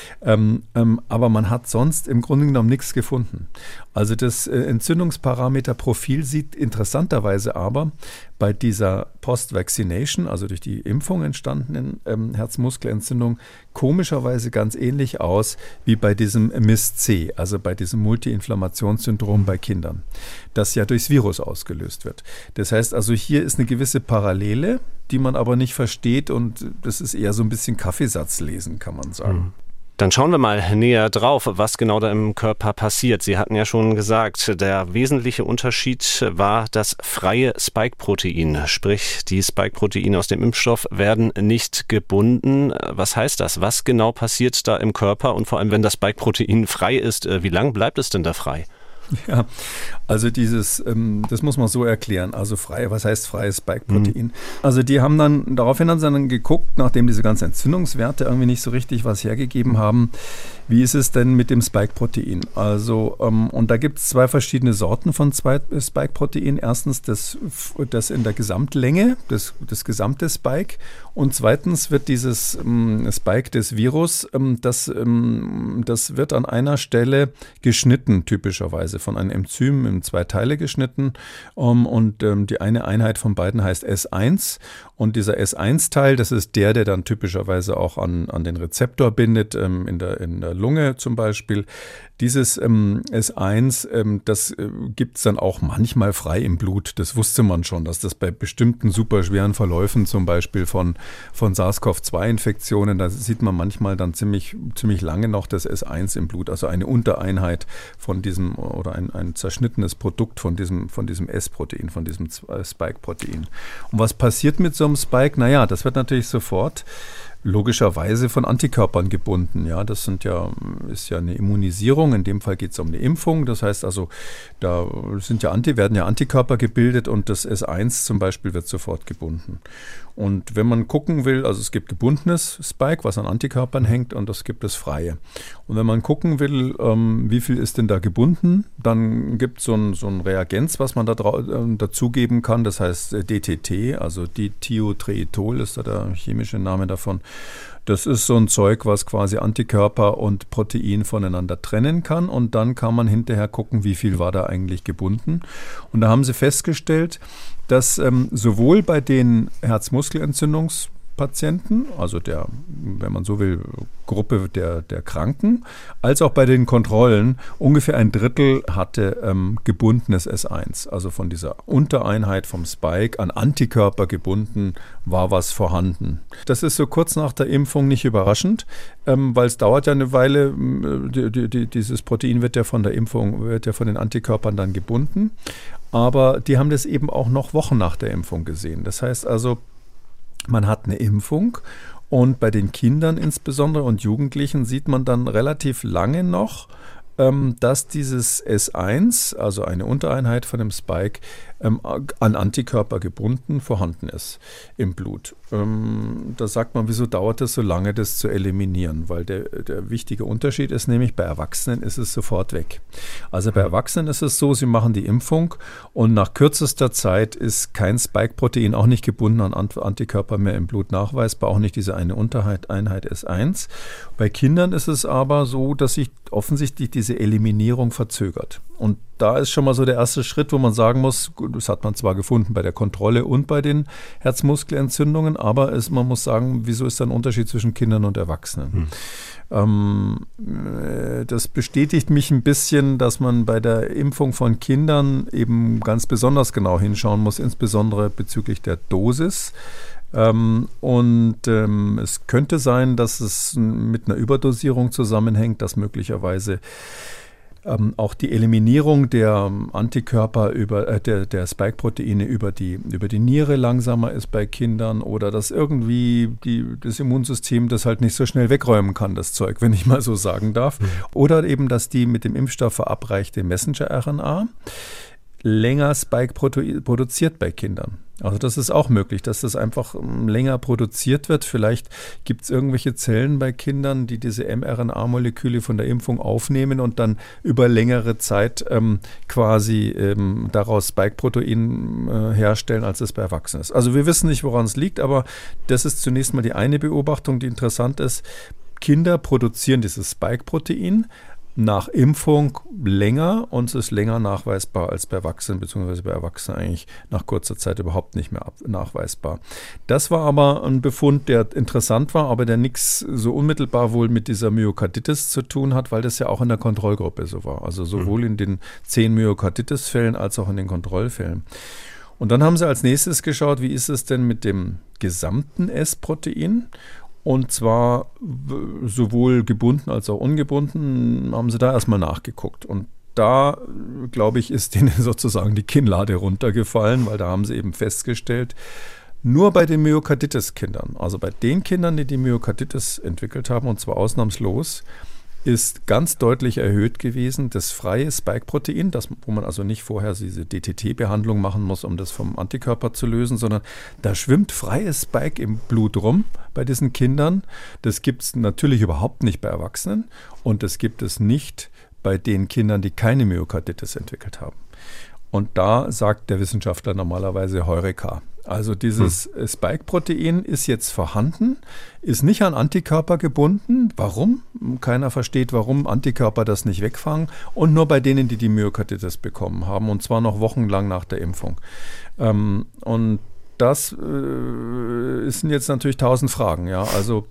Aber man hat sonst im Grunde genommen nichts gefunden. Also das Entzündungsparameterprofil sieht interessanterweise aber bei dieser Post-Vaccination, also durch die Impfung entstandenen Herzmuskelentzündung, komischerweise ganz ähnlich aus wie bei diesem MIS-C, also bei diesem Multi-Inflammationssyndrom bei Kindern, das ja durchs Virus ausgelöst wird. Das heißt also, hier ist eine gewisse Parallele, die man aber nicht versteht, und das ist eher so ein bisschen Kaffeesatzlesen, kann man sagen.
Dann schauen wir mal näher drauf, was genau da im Körper passiert. Sie hatten ja schon gesagt, der wesentliche Unterschied war das freie Spike-Protein. Sprich, die Spike-Proteine aus dem Impfstoff werden nicht gebunden. Was heißt das? Was genau passiert da im Körper? Und vor allem, wenn das Spike-Protein frei ist, wie lang bleibt es denn da frei?
Ja, also das muss man so erklären. Also frei, was heißt freies Spike-Protein? Also daraufhin haben sie dann geguckt, nachdem diese ganzen Entzündungswerte irgendwie nicht so richtig was hergegeben haben, wie ist es denn mit dem Spike-Protein? Also, und da gibt es zwei verschiedene Sorten von Spike-Protein. Erstens das in der Gesamtlänge, das gesamte Spike. Und zweitens wird dieses Spike des Virus, das wird an einer Stelle geschnitten, typischerweise von einem Enzym in 2 Teile geschnitten. Und die eine Einheit von beiden heißt S1. Und dieser S1-Teil, das ist der dann typischerweise auch an den Rezeptor bindet, in der Lunge zum Beispiel. Dieses S1, das gibt es dann auch manchmal frei im Blut. Das wusste man schon, dass das bei bestimmten superschweren Verläufen, zum Beispiel von SARS-CoV-2-Infektionen, da sieht man manchmal dann ziemlich lange noch das S1 im Blut, also eine Untereinheit von diesem oder ein zerschnittenes Produkt von diesem S-Protein, von diesem Spike-Protein. Und was passiert mit so einem Spike? Naja, das wird natürlich sofort logischerweise von Antikörpern gebunden. Ja, das ist ja eine Immunisierung. In dem Fall geht es um eine Impfung. Das heißt also, da werden ja Antikörper gebildet und das S1 zum Beispiel wird sofort gebunden. Und wenn man gucken will, also es gibt gebundenes Spike, was an Antikörpern hängt, und es gibt das freie. Und wenn man gucken will, wie viel ist denn da gebunden, dann gibt es so ein Reagenz, was man da dazugeben kann. Das heißt DTT, also Dithiotrietol ist da der chemische Name davon. Das ist so ein Zeug, was quasi Antikörper und Protein voneinander trennen kann. Und dann kann man hinterher gucken, wie viel war da eigentlich gebunden. Und da haben sie festgestellt, dass sowohl bei den Herzmuskelentzündungspatienten, also der, wenn man so will, Gruppe der Kranken, als auch bei den Kontrollen ungefähr 1/3 hatte gebundenes S1. Also von dieser Untereinheit vom Spike an Antikörper gebunden war was vorhanden. Das ist so kurz nach der Impfung nicht überraschend, weil es dauert ja eine Weile. Dieses Protein wird ja von der Impfung, wird ja von den Antikörpern dann gebunden. Aber die haben das eben auch noch Wochen nach der Impfung gesehen. Das heißt also, man hat eine Impfung und bei den Kindern insbesondere und Jugendlichen sieht man dann relativ lange noch, dass dieses S1, also eine Untereinheit von dem Spike, an Antikörper gebunden vorhanden ist im Blut. Da sagt man, wieso dauert es so lange, das zu eliminieren? Weil der wichtige Unterschied ist nämlich, bei Erwachsenen ist es sofort weg. Also bei Erwachsenen ist es so, sie machen die Impfung und nach kürzester Zeit ist kein Spike-Protein, auch nicht gebunden an Antikörper mehr im Blut nachweisbar, auch nicht diese eine Untereinheit S1. Bei Kindern ist es aber so, dass sich offensichtlich diese Eliminierung verzögert. Und da ist schon mal so der erste Schritt, wo man sagen muss, das hat man zwar gefunden bei der Kontrolle und bei den Herzmuskelentzündungen, aber man muss sagen, wieso ist da ein Unterschied zwischen Kindern und Erwachsenen? Das bestätigt mich ein bisschen, dass man bei der Impfung von Kindern eben ganz besonders genau hinschauen muss, insbesondere bezüglich der Dosis. Es könnte sein, dass es mit einer Überdosierung zusammenhängt, dass möglicherweise auch die Eliminierung der Antikörper der Spike-Proteine über die Niere langsamer ist bei Kindern oder dass irgendwie das Immunsystem das halt nicht so schnell wegräumen kann, das Zeug, wenn ich mal so sagen darf. Oder eben, dass die mit dem Impfstoff verabreichte Messenger-RNA länger Spike produziert bei Kindern. Also das ist auch möglich, dass das einfach länger produziert wird. Vielleicht gibt es irgendwelche Zellen bei Kindern, die diese mRNA-Moleküle von der Impfung aufnehmen und dann über längere Zeit daraus Spike-Protein herstellen, als es bei Erwachsenen ist. Also wir wissen nicht, woran es liegt, aber das ist zunächst mal die eine Beobachtung, die interessant ist. Kinder produzieren dieses Spike-Protein nach Impfung länger und es ist länger nachweisbar als bei Erwachsenen, beziehungsweise bei Erwachsenen eigentlich nach kurzer Zeit überhaupt nicht mehr nachweisbar. Das war aber ein Befund, der interessant war, aber der nichts so unmittelbar wohl mit dieser Myokarditis zu tun hat, weil das ja auch in der Kontrollgruppe so war. Also sowohl in den 10 Myokarditis-Fällen als auch in den Kontrollfällen. Und dann haben sie als nächstes geschaut, wie ist es denn mit dem gesamten S-Protein? Und zwar sowohl gebunden als auch ungebunden, haben sie da erstmal nachgeguckt. Und da, glaube ich, ist denen sozusagen die Kinnlade runtergefallen, weil da haben sie eben festgestellt, nur bei den Myokarditis-Kindern, also bei den Kindern, die die Myokarditis entwickelt haben, und zwar ausnahmslos, ist ganz deutlich erhöht gewesen das freie Spike-Protein, wo man also nicht vorher diese DTT-Behandlung machen muss, um das vom Antikörper zu lösen, sondern da schwimmt freies Spike im Blut rum bei diesen Kindern. Das gibt es natürlich überhaupt nicht bei Erwachsenen und das gibt es nicht bei den Kindern, die keine Myokarditis entwickelt haben. Und da sagt der Wissenschaftler normalerweise Heureka. Also dieses Spike-Protein ist jetzt vorhanden, ist nicht an Antikörper gebunden. Warum? Keiner versteht, warum Antikörper das nicht wegfangen. Und nur bei denen, die die Myokarditis bekommen haben. Und zwar noch wochenlang nach der Impfung. Und das sind jetzt natürlich 1000 Fragen. Ja? Also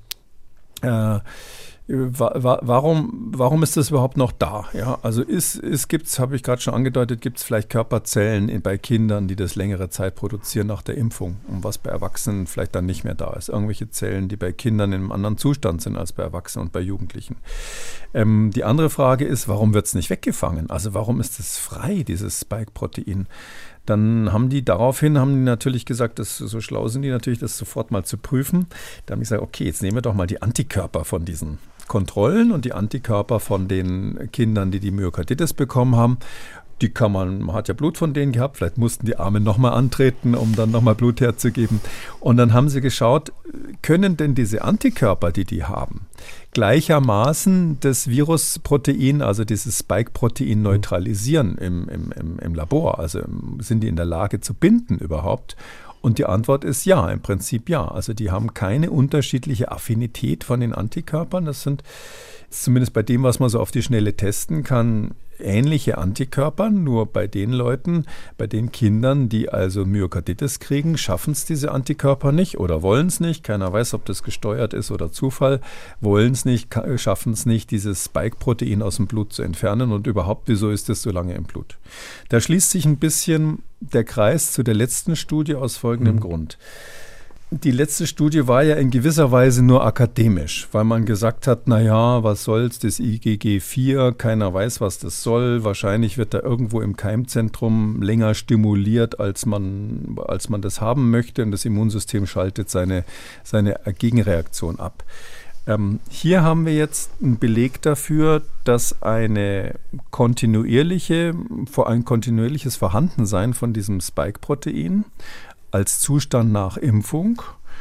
warum ist das überhaupt noch da? Ja, also gibt's, habe ich gerade schon angedeutet, gibt es vielleicht Körperzellen bei Kindern, die das längere Zeit produzieren nach der Impfung, und was bei Erwachsenen vielleicht dann nicht mehr da ist. Irgendwelche Zellen, die bei Kindern in einem anderen Zustand sind als bei Erwachsenen und bei Jugendlichen. Die andere Frage ist, warum wird es nicht weggefangen? Also warum ist es frei, dieses Spike-Protein? Dann haben die natürlich gesagt, so schlau sind die natürlich, das sofort mal zu prüfen. Da haben die gesagt, okay, jetzt nehmen wir doch mal die Antikörper von diesen Kontrollen und die Antikörper von den Kindern, die die Myokarditis bekommen haben. Man hat ja Blut von denen gehabt, vielleicht mussten die Armen nochmal antreten, um dann nochmal Blut herzugeben. Und dann haben sie geschaut, können denn diese Antikörper, die haben, gleichermaßen das Virusprotein, also dieses Spike-Protein neutralisieren im Labor? Also sind die in der Lage zu binden überhaupt? Und die Antwort ist ja, im Prinzip ja. Also die haben keine unterschiedliche Affinität von den Antikörpern. Das sind zumindest bei dem, was man so auf die Schnelle testen kann, ähnliche Antikörper, nur bei den Leuten, bei den Kindern, die also Myokarditis kriegen, schaffen es diese Antikörper nicht oder wollen es nicht. Keiner weiß, ob das gesteuert ist oder Zufall. Wollen es nicht, schaffen es nicht, dieses Spike-Protein aus dem Blut zu entfernen. Und überhaupt, wieso ist es so lange im Blut? Da schließt sich ein bisschen der Kreis zu der letzten Studie aus folgendem Grund. Die letzte Studie war ja in gewisser Weise nur akademisch, weil man gesagt hat, naja, was soll's, das IgG4, keiner weiß, was das soll. Wahrscheinlich wird da irgendwo im Keimzentrum länger stimuliert, als man das haben möchte, und das Immunsystem schaltet seine Gegenreaktion ab. Hier haben wir jetzt einen Beleg dafür, dass ein kontinuierliches Vorhandensein von diesem Spike-Protein als Zustand nach Impfung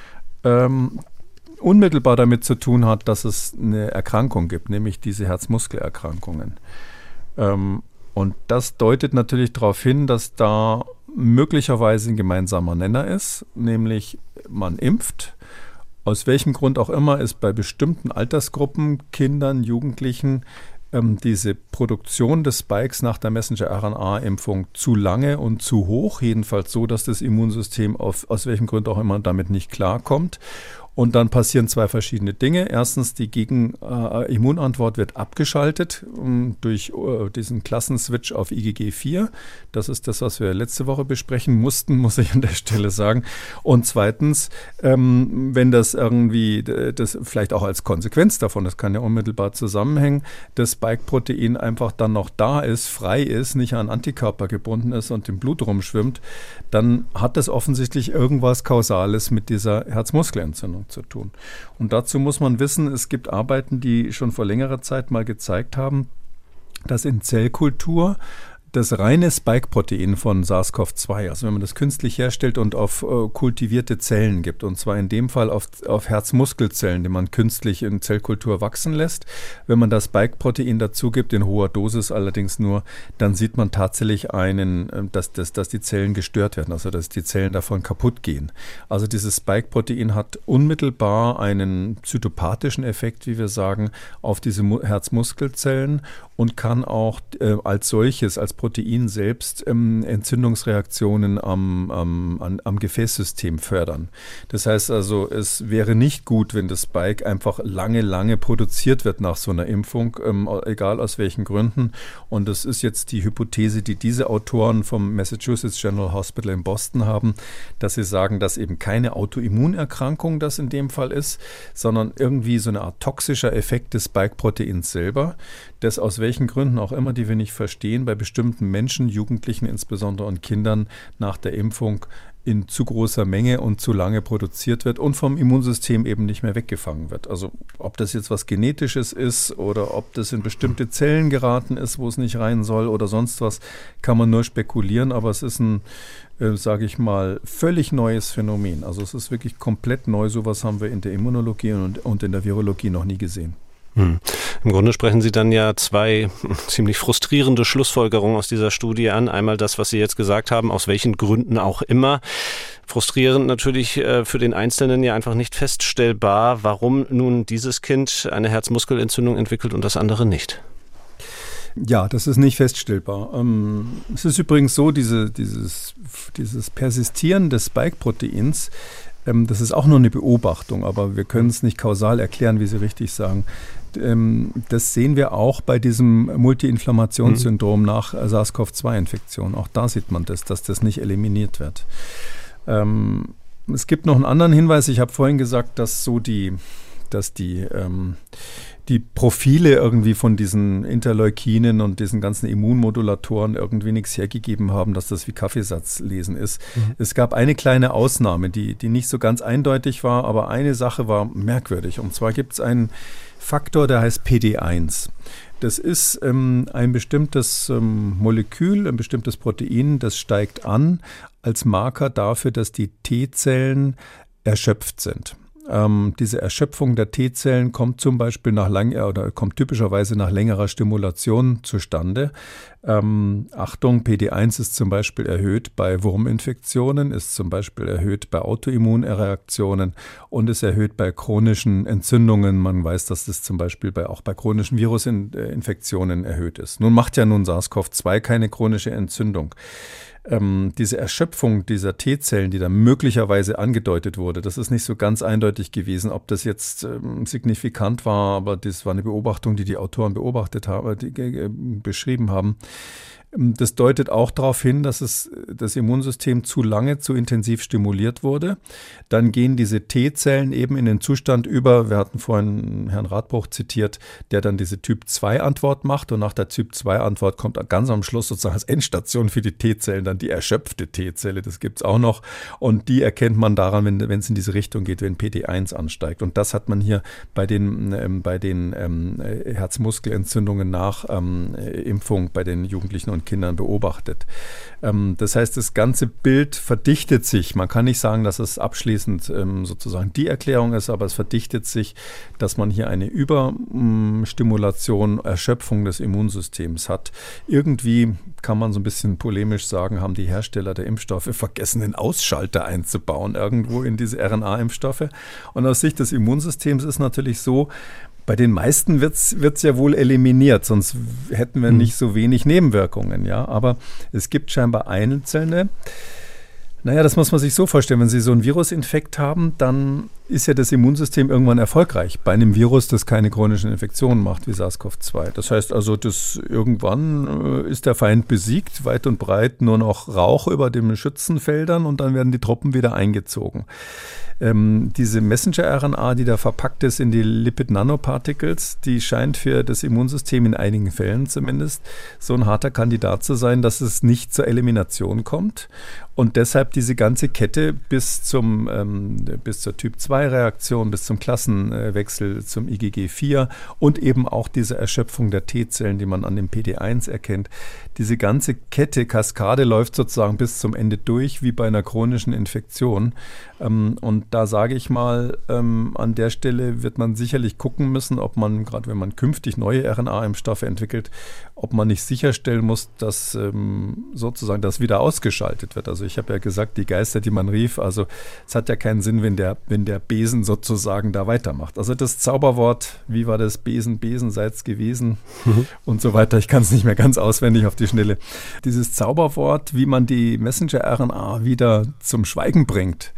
unmittelbar damit zu tun hat, dass es eine Erkrankung gibt, nämlich diese Herzmuskelerkrankungen. Und das deutet natürlich darauf hin, dass da möglicherweise ein gemeinsamer Nenner ist, nämlich man impft. Aus welchem Grund auch immer ist bei bestimmten Altersgruppen, Kindern, Jugendlichen, diese Produktion des Spikes nach der Messenger-RNA-Impfung zu lange und zu hoch, jedenfalls so, dass das Immunsystem aus welchem Grund auch immer damit nicht klarkommt. Und dann passieren zwei verschiedene Dinge. Erstens, die Immunantwort wird abgeschaltet durch diesen Klassenswitch auf IgG4. Das ist das, was wir letzte Woche besprechen mussten, muss ich an der Stelle sagen. Und zweitens, wenn das irgendwie, das vielleicht auch als Konsequenz davon, das kann ja unmittelbar zusammenhängen, das Spike-Protein einfach dann noch da ist, frei ist, nicht an Antikörper gebunden ist und im Blut rumschwimmt, dann hat das offensichtlich irgendwas Kausales mit dieser Herzmuskelentzündung zu tun. Und dazu muss man wissen, es gibt Arbeiten, die schon vor längerer Zeit mal gezeigt haben, dass in Zellkultur Das reine Spike-Protein von SARS-CoV-2, also wenn man das künstlich herstellt und auf kultivierte Zellen gibt, und zwar in dem Fall auf Herzmuskelzellen, die man künstlich in Zellkultur wachsen lässt. Wenn man das Spike-Protein dazu gibt, in hoher Dosis allerdings nur, dann sieht man tatsächlich dass die Zellen gestört werden, also dass die Zellen davon kaputt gehen. Also dieses Spike-Protein hat unmittelbar einen zytopathischen Effekt, wie wir sagen, auf diese Herzmuskelzellen und kann auch als solches, als Protein selbst Entzündungsreaktionen am Gefäßsystem fördern. Das heißt also, es wäre nicht gut, wenn das Spike einfach lange produziert wird nach so einer Impfung, egal aus welchen Gründen. Und das ist jetzt die Hypothese, die diese Autoren vom Massachusetts General Hospital in Boston haben, dass sie sagen, dass eben keine Autoimmunerkrankung das in dem Fall ist, sondern irgendwie so eine Art toxischer Effekt des Spike-Proteins selber, das aus welchen Gründen auch immer, die wir nicht verstehen, bei bestimmten Menschen, Jugendlichen insbesondere und Kindern nach der Impfung in zu großer Menge und zu lange produziert wird und vom Immunsystem eben nicht mehr weggefangen wird. Also ob das jetzt was Genetisches ist oder ob das in bestimmte Zellen geraten ist, wo es nicht rein soll oder sonst was, kann man nur spekulieren, aber es ist ein, sage ich mal, völlig neues Phänomen. Also es ist wirklich komplett neu, sowas haben wir in der Immunologie und in der Virologie noch nie gesehen.
Im Grunde sprechen Sie dann ja zwei ziemlich frustrierende Schlussfolgerungen aus dieser Studie an. Einmal das, was Sie jetzt gesagt haben, aus welchen Gründen auch immer. Frustrierend natürlich für den Einzelnen ja einfach nicht feststellbar, warum nun dieses Kind eine Herzmuskelentzündung entwickelt und das andere nicht.
Ja, das ist nicht feststellbar. Es ist übrigens so, dieses Persistieren des Spike-Proteins, das ist auch nur eine Beobachtung, aber wir können es nicht kausal erklären, wie Sie richtig sagen. Das sehen wir auch bei diesem Multi-Inflammationssyndrom nach SARS-CoV-2-Infektion. Auch da sieht man das, dass das nicht eliminiert wird. Es gibt noch einen anderen Hinweis. Ich habe vorhin gesagt, dass die Profile irgendwie von diesen Interleukinen und diesen ganzen Immunmodulatoren irgendwie nichts hergegeben haben, dass das wie Kaffeesatzlesen ist. Es gab eine kleine Ausnahme, die nicht so ganz eindeutig war, aber eine Sache war merkwürdig. Und zwar gibt es einen Faktor, der heißt PD1. Das ist ein bestimmtes Molekül, ein bestimmtes Protein, das steigt an als Marker dafür, dass die T-Zellen erschöpft sind. Diese Erschöpfung der T-Zellen kommt zum Beispiel kommt typischerweise nach längerer Stimulation zustande. Achtung, PD1 ist zum Beispiel erhöht bei Wurminfektionen, ist zum Beispiel erhöht bei Autoimmunreaktionen und ist erhöht bei chronischen Entzündungen. Man weiß, dass das zum Beispiel auch bei chronischen Virusinfektionen erhöht ist. Nun macht ja SARS-CoV-2 keine chronische Entzündung. Diese Erschöpfung dieser T-Zellen, die da möglicherweise angedeutet wurde, das ist nicht so ganz eindeutig gewesen, ob das jetzt signifikant war, aber das war eine Beobachtung, die Autoren beschrieben haben. Das deutet auch darauf hin, dass das Immunsystem zu lange, zu intensiv stimuliert wurde. Dann gehen diese T-Zellen eben in den Zustand über, wir hatten vorhin Herrn Radbruch zitiert, der dann diese Typ-2-Antwort macht und nach der Typ-2-Antwort kommt ganz am Schluss sozusagen als Endstation für die T-Zellen dann die erschöpfte T-Zelle, das gibt es auch noch und die erkennt man daran, wenn es in diese Richtung geht, wenn PD1 ansteigt und das hat man hier bei den Herzmuskelentzündungen nach Impfung bei den Jugendlichen und Kindern beobachtet. Das heißt, das ganze Bild verdichtet sich. Man kann nicht sagen, dass es abschließend sozusagen die Erklärung ist, aber es verdichtet sich, dass man hier eine Überstimulation, Erschöpfung des Immunsystems hat. Irgendwie kann man so ein bisschen polemisch sagen, haben die Hersteller der Impfstoffe vergessen, den Ausschalter einzubauen, irgendwo in diese RNA-Impfstoffe. Und aus Sicht des Immunsystems ist natürlich so, bei den meisten wird's ja wohl eliminiert, sonst hätten wir nicht so wenig Nebenwirkungen, ja. Aber es gibt scheinbar einzelne. Naja, das muss man sich so vorstellen, wenn Sie so einen Virusinfekt haben, dann ist ja das Immunsystem irgendwann erfolgreich bei einem Virus, das keine chronischen Infektionen macht, wie SARS-CoV-2. Das heißt also, irgendwann ist der Feind besiegt, weit und breit nur noch Rauch über den Schützenfeldern und dann werden die Truppen wieder eingezogen. Diese Messenger-RNA, die da verpackt ist in die Lipid-Nanoparticles, die scheint für das Immunsystem in einigen Fällen zumindest so ein harter Kandidat zu sein, dass es nicht zur Elimination kommt und deshalb diese ganze Kette bis zur Typ-2-Reaktion, bis zum Klassenwechsel zum IgG4 und eben auch diese Erschöpfung der T-Zellen, die man an dem PD1 erkennt. Diese ganze Kette, Kaskade läuft sozusagen bis zum Ende durch, wie bei einer chronischen Infektion. Und da sage ich mal, an der Stelle wird man sicherlich gucken müssen, ob man, gerade wenn man künftig neue RNA-Impfstoffe entwickelt, ob man nicht sicherstellen muss, dass sozusagen das wieder ausgeschaltet wird. Also ich habe ja gesagt, die Geister, die man rief, also es hat ja keinen Sinn, wenn der Besen sozusagen da weitermacht. Also das Zauberwort, wie war das? Besen, seid's gewesen und so weiter. Ich kann es nicht mehr ganz auswendig auf die Schnelle. Dieses Zauberwort, wie man die Messenger-RNA wieder zum Schweigen bringt,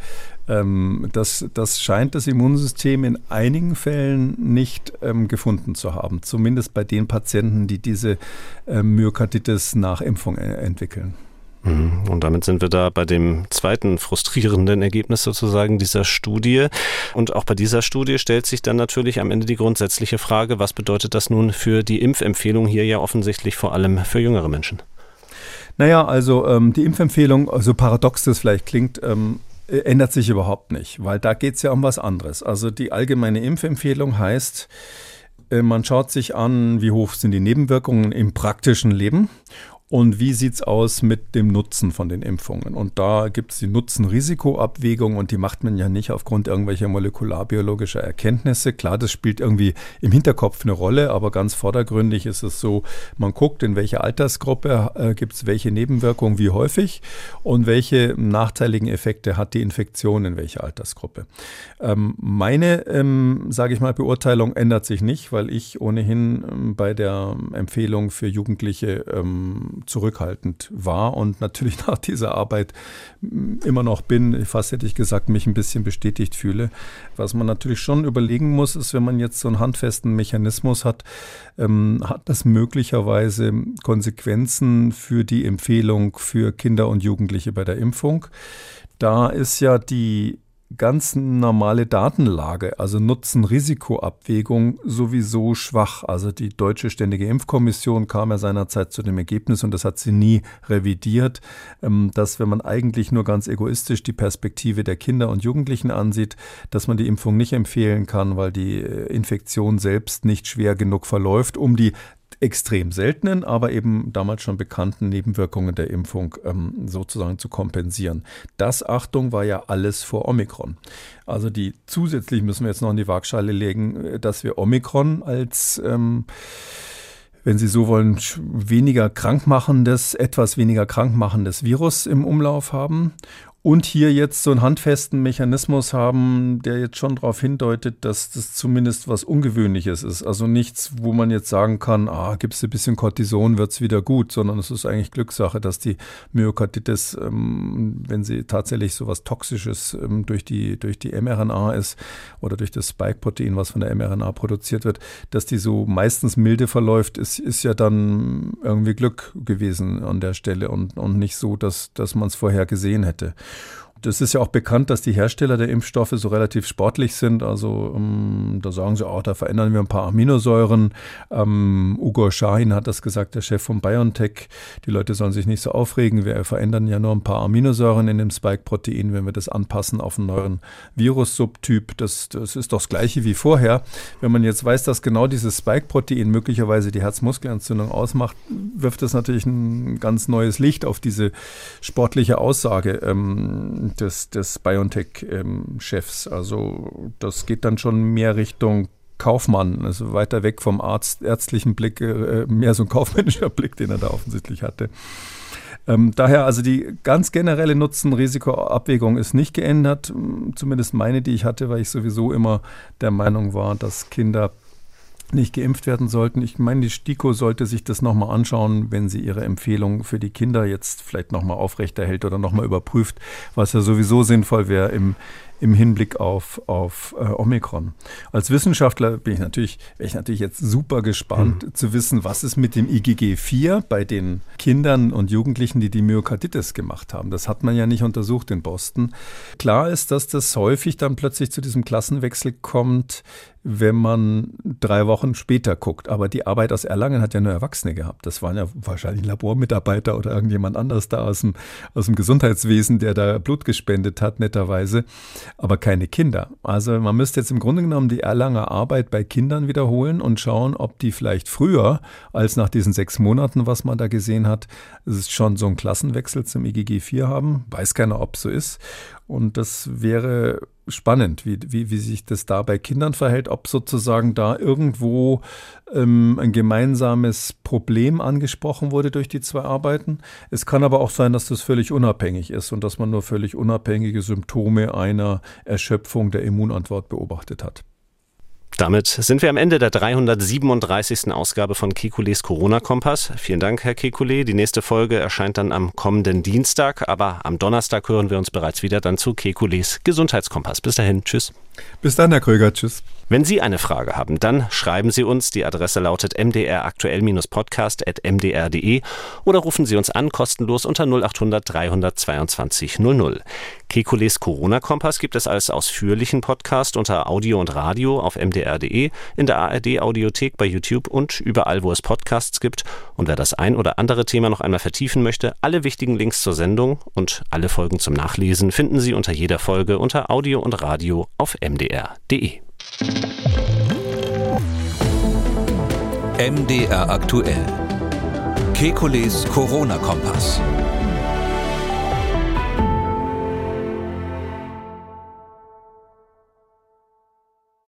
das scheint das Immunsystem in einigen Fällen nicht gefunden zu haben. Zumindest bei den Patienten, die diese Myokarditis nach Impfung entwickeln.
Und damit sind wir da bei dem zweiten frustrierenden Ergebnis sozusagen dieser Studie. Und auch bei dieser Studie stellt sich dann natürlich am Ende die grundsätzliche Frage, was bedeutet das nun für die Impfempfehlung hier ja offensichtlich vor allem für jüngere Menschen?
Naja, also die Impfempfehlung, so paradox das vielleicht klingt, ändert sich überhaupt nicht, weil da geht es ja um was anderes. Also die allgemeine Impfempfehlung heißt, man schaut sich an, wie hoch sind die Nebenwirkungen im praktischen Leben und wie sieht es aus mit dem Nutzen von den Impfungen. Und da gibt es die Nutzen-Risiko-Abwägung und die macht man ja nicht aufgrund irgendwelcher molekularbiologischer Erkenntnisse. Klar, das spielt irgendwie im Hinterkopf eine Rolle, aber ganz vordergründig ist es so, man guckt, in welcher Altersgruppe gibt es welche Nebenwirkungen, wie häufig und welche nachteiligen Effekte hat die Infektion in welcher Altersgruppe. Meine, sage ich mal, Beurteilung ändert sich nicht, weil ich ohnehin bei der Empfehlung für Jugendliche zurückhaltend war und natürlich nach dieser Arbeit immer noch bin, fast hätte ich gesagt, mich ein bisschen bestätigt fühle. Was man natürlich schon überlegen muss, ist, wenn man jetzt so einen handfesten Mechanismus hat, hat das möglicherweise Konsequenzen für die Empfehlung für Kinder und Jugendliche bei der Impfung. Da ist ja die ganz normale Datenlage, also Nutzen-Risiko-Abwägung sowieso schwach. Also die Deutsche Ständige Impfkommission kam ja seinerzeit zu dem Ergebnis, und das hat sie nie revidiert, dass wenn man eigentlich nur ganz egoistisch die Perspektive der Kinder und Jugendlichen ansieht, dass man die Impfung nicht empfehlen kann, weil die Infektion selbst nicht schwer genug verläuft, um die extrem seltenen, aber eben damals schon bekannten Nebenwirkungen der Impfung sozusagen zu kompensieren. Das, Achtung, war ja alles vor Omikron. Also zusätzlich müssen wir jetzt noch in die Waagschale legen, dass wir Omikron als wenn Sie so wollen, etwas weniger krankmachendes Virus im Umlauf haben. Und hier jetzt so einen handfesten Mechanismus haben, der jetzt schon darauf hindeutet, dass das zumindest was Ungewöhnliches ist. Also nichts, wo man jetzt sagen kann, gibst du ein bisschen Cortison, wird's wieder gut, sondern es ist eigentlich Glückssache, dass die Myokarditis, wenn sie tatsächlich so was Toxisches durch die mRNA ist oder durch das Spike-Protein, was von der mRNA produziert wird, dass die so meistens milde verläuft, ist ja dann irgendwie Glück gewesen an der Stelle und nicht so, dass man es vorher gesehen hätte. Das ist ja auch bekannt, dass die Hersteller der Impfstoffe so relativ sportlich sind. Also da sagen sie, da verändern wir ein paar Aminosäuren. Ugur Sahin hat das gesagt, der Chef von BioNTech. Die Leute sollen sich nicht so aufregen. Wir verändern ja nur ein paar Aminosäuren in dem Spike-Protein, wenn wir das anpassen auf einen neuen Virus-Subtyp. Das ist doch das Gleiche wie vorher. Wenn man jetzt weiß, dass genau dieses Spike-Protein möglicherweise die Herzmuskelentzündung ausmacht, wirft das natürlich ein ganz neues Licht auf diese sportliche Aussage des BioNTech-Chefs. Also das geht dann schon mehr Richtung Kaufmann, also weiter weg vom ärztlichen Blick, mehr so ein kaufmännischer Blick, den er da offensichtlich hatte. Daher also die ganz generelle Nutzen-Risiko-Abwägung ist nicht geändert, zumindest meine, die ich hatte, weil ich sowieso immer der Meinung war, dass Kinder nicht geimpft werden sollten. Ich meine, die STIKO sollte sich das nochmal anschauen, wenn sie ihre Empfehlung für die Kinder jetzt vielleicht nochmal aufrechterhält oder nochmal überprüft, was ja sowieso sinnvoll wäre im im Hinblick auf Omikron. Als Wissenschaftler wäre ich natürlich jetzt super gespannt zu wissen, was ist mit dem IgG4 bei den Kindern und Jugendlichen, die Myokarditis gemacht haben. Das hat man ja nicht untersucht in Boston. Klar ist, dass das häufig dann plötzlich zu diesem Klassenwechsel kommt, wenn man 3 Wochen später guckt. Aber die Arbeit aus Erlangen hat ja nur Erwachsene gehabt. Das waren ja wahrscheinlich Labormitarbeiter oder irgendjemand anders da aus dem Gesundheitswesen, der da Blut gespendet hat, netterweise. Aber keine Kinder. Also man müsste jetzt im Grunde genommen die Erlanger Arbeit bei Kindern wiederholen und schauen, ob die vielleicht früher als nach diesen 6 Monaten, was man da gesehen hat, schon so einen Klassenwechsel zum IgG4 haben. Weiß keiner, ob es so ist. Und das wäre spannend, wie sich das da bei Kindern verhält, ob sozusagen da irgendwo ein gemeinsames Problem angesprochen wurde durch die 2 Arbeiten. Es kann aber auch sein, dass das völlig unabhängig ist und dass man nur völlig unabhängige Symptome einer Erschöpfung der Immunantwort beobachtet hat.
Damit sind wir am Ende der 337. Ausgabe von Kekules Corona-Kompass. Vielen Dank, Herr Kekulé. Die nächste Folge erscheint dann am kommenden Dienstag, aber am Donnerstag hören wir uns bereits wieder dann zu Kekules Gesundheitskompass. Bis dahin, tschüss.
Bis dann, Herr Kröger, tschüss.
Wenn Sie eine Frage haben, dann schreiben Sie uns. Die Adresse lautet mdraktuell-podcast@mdr.de oder rufen Sie uns an, kostenlos unter 0800 322 00. Kekules Corona-Kompass gibt es als ausführlichen Podcast unter Audio und Radio auf mdr.de, in der ARD-Audiothek, bei YouTube und überall, wo es Podcasts gibt. Und wer das ein oder andere Thema noch einmal vertiefen möchte, alle wichtigen Links zur Sendung und alle Folgen zum Nachlesen finden Sie unter jeder Folge unter Audio und Radio auf mdr.de.
MDR aktuell. Kekules Corona-Kompass.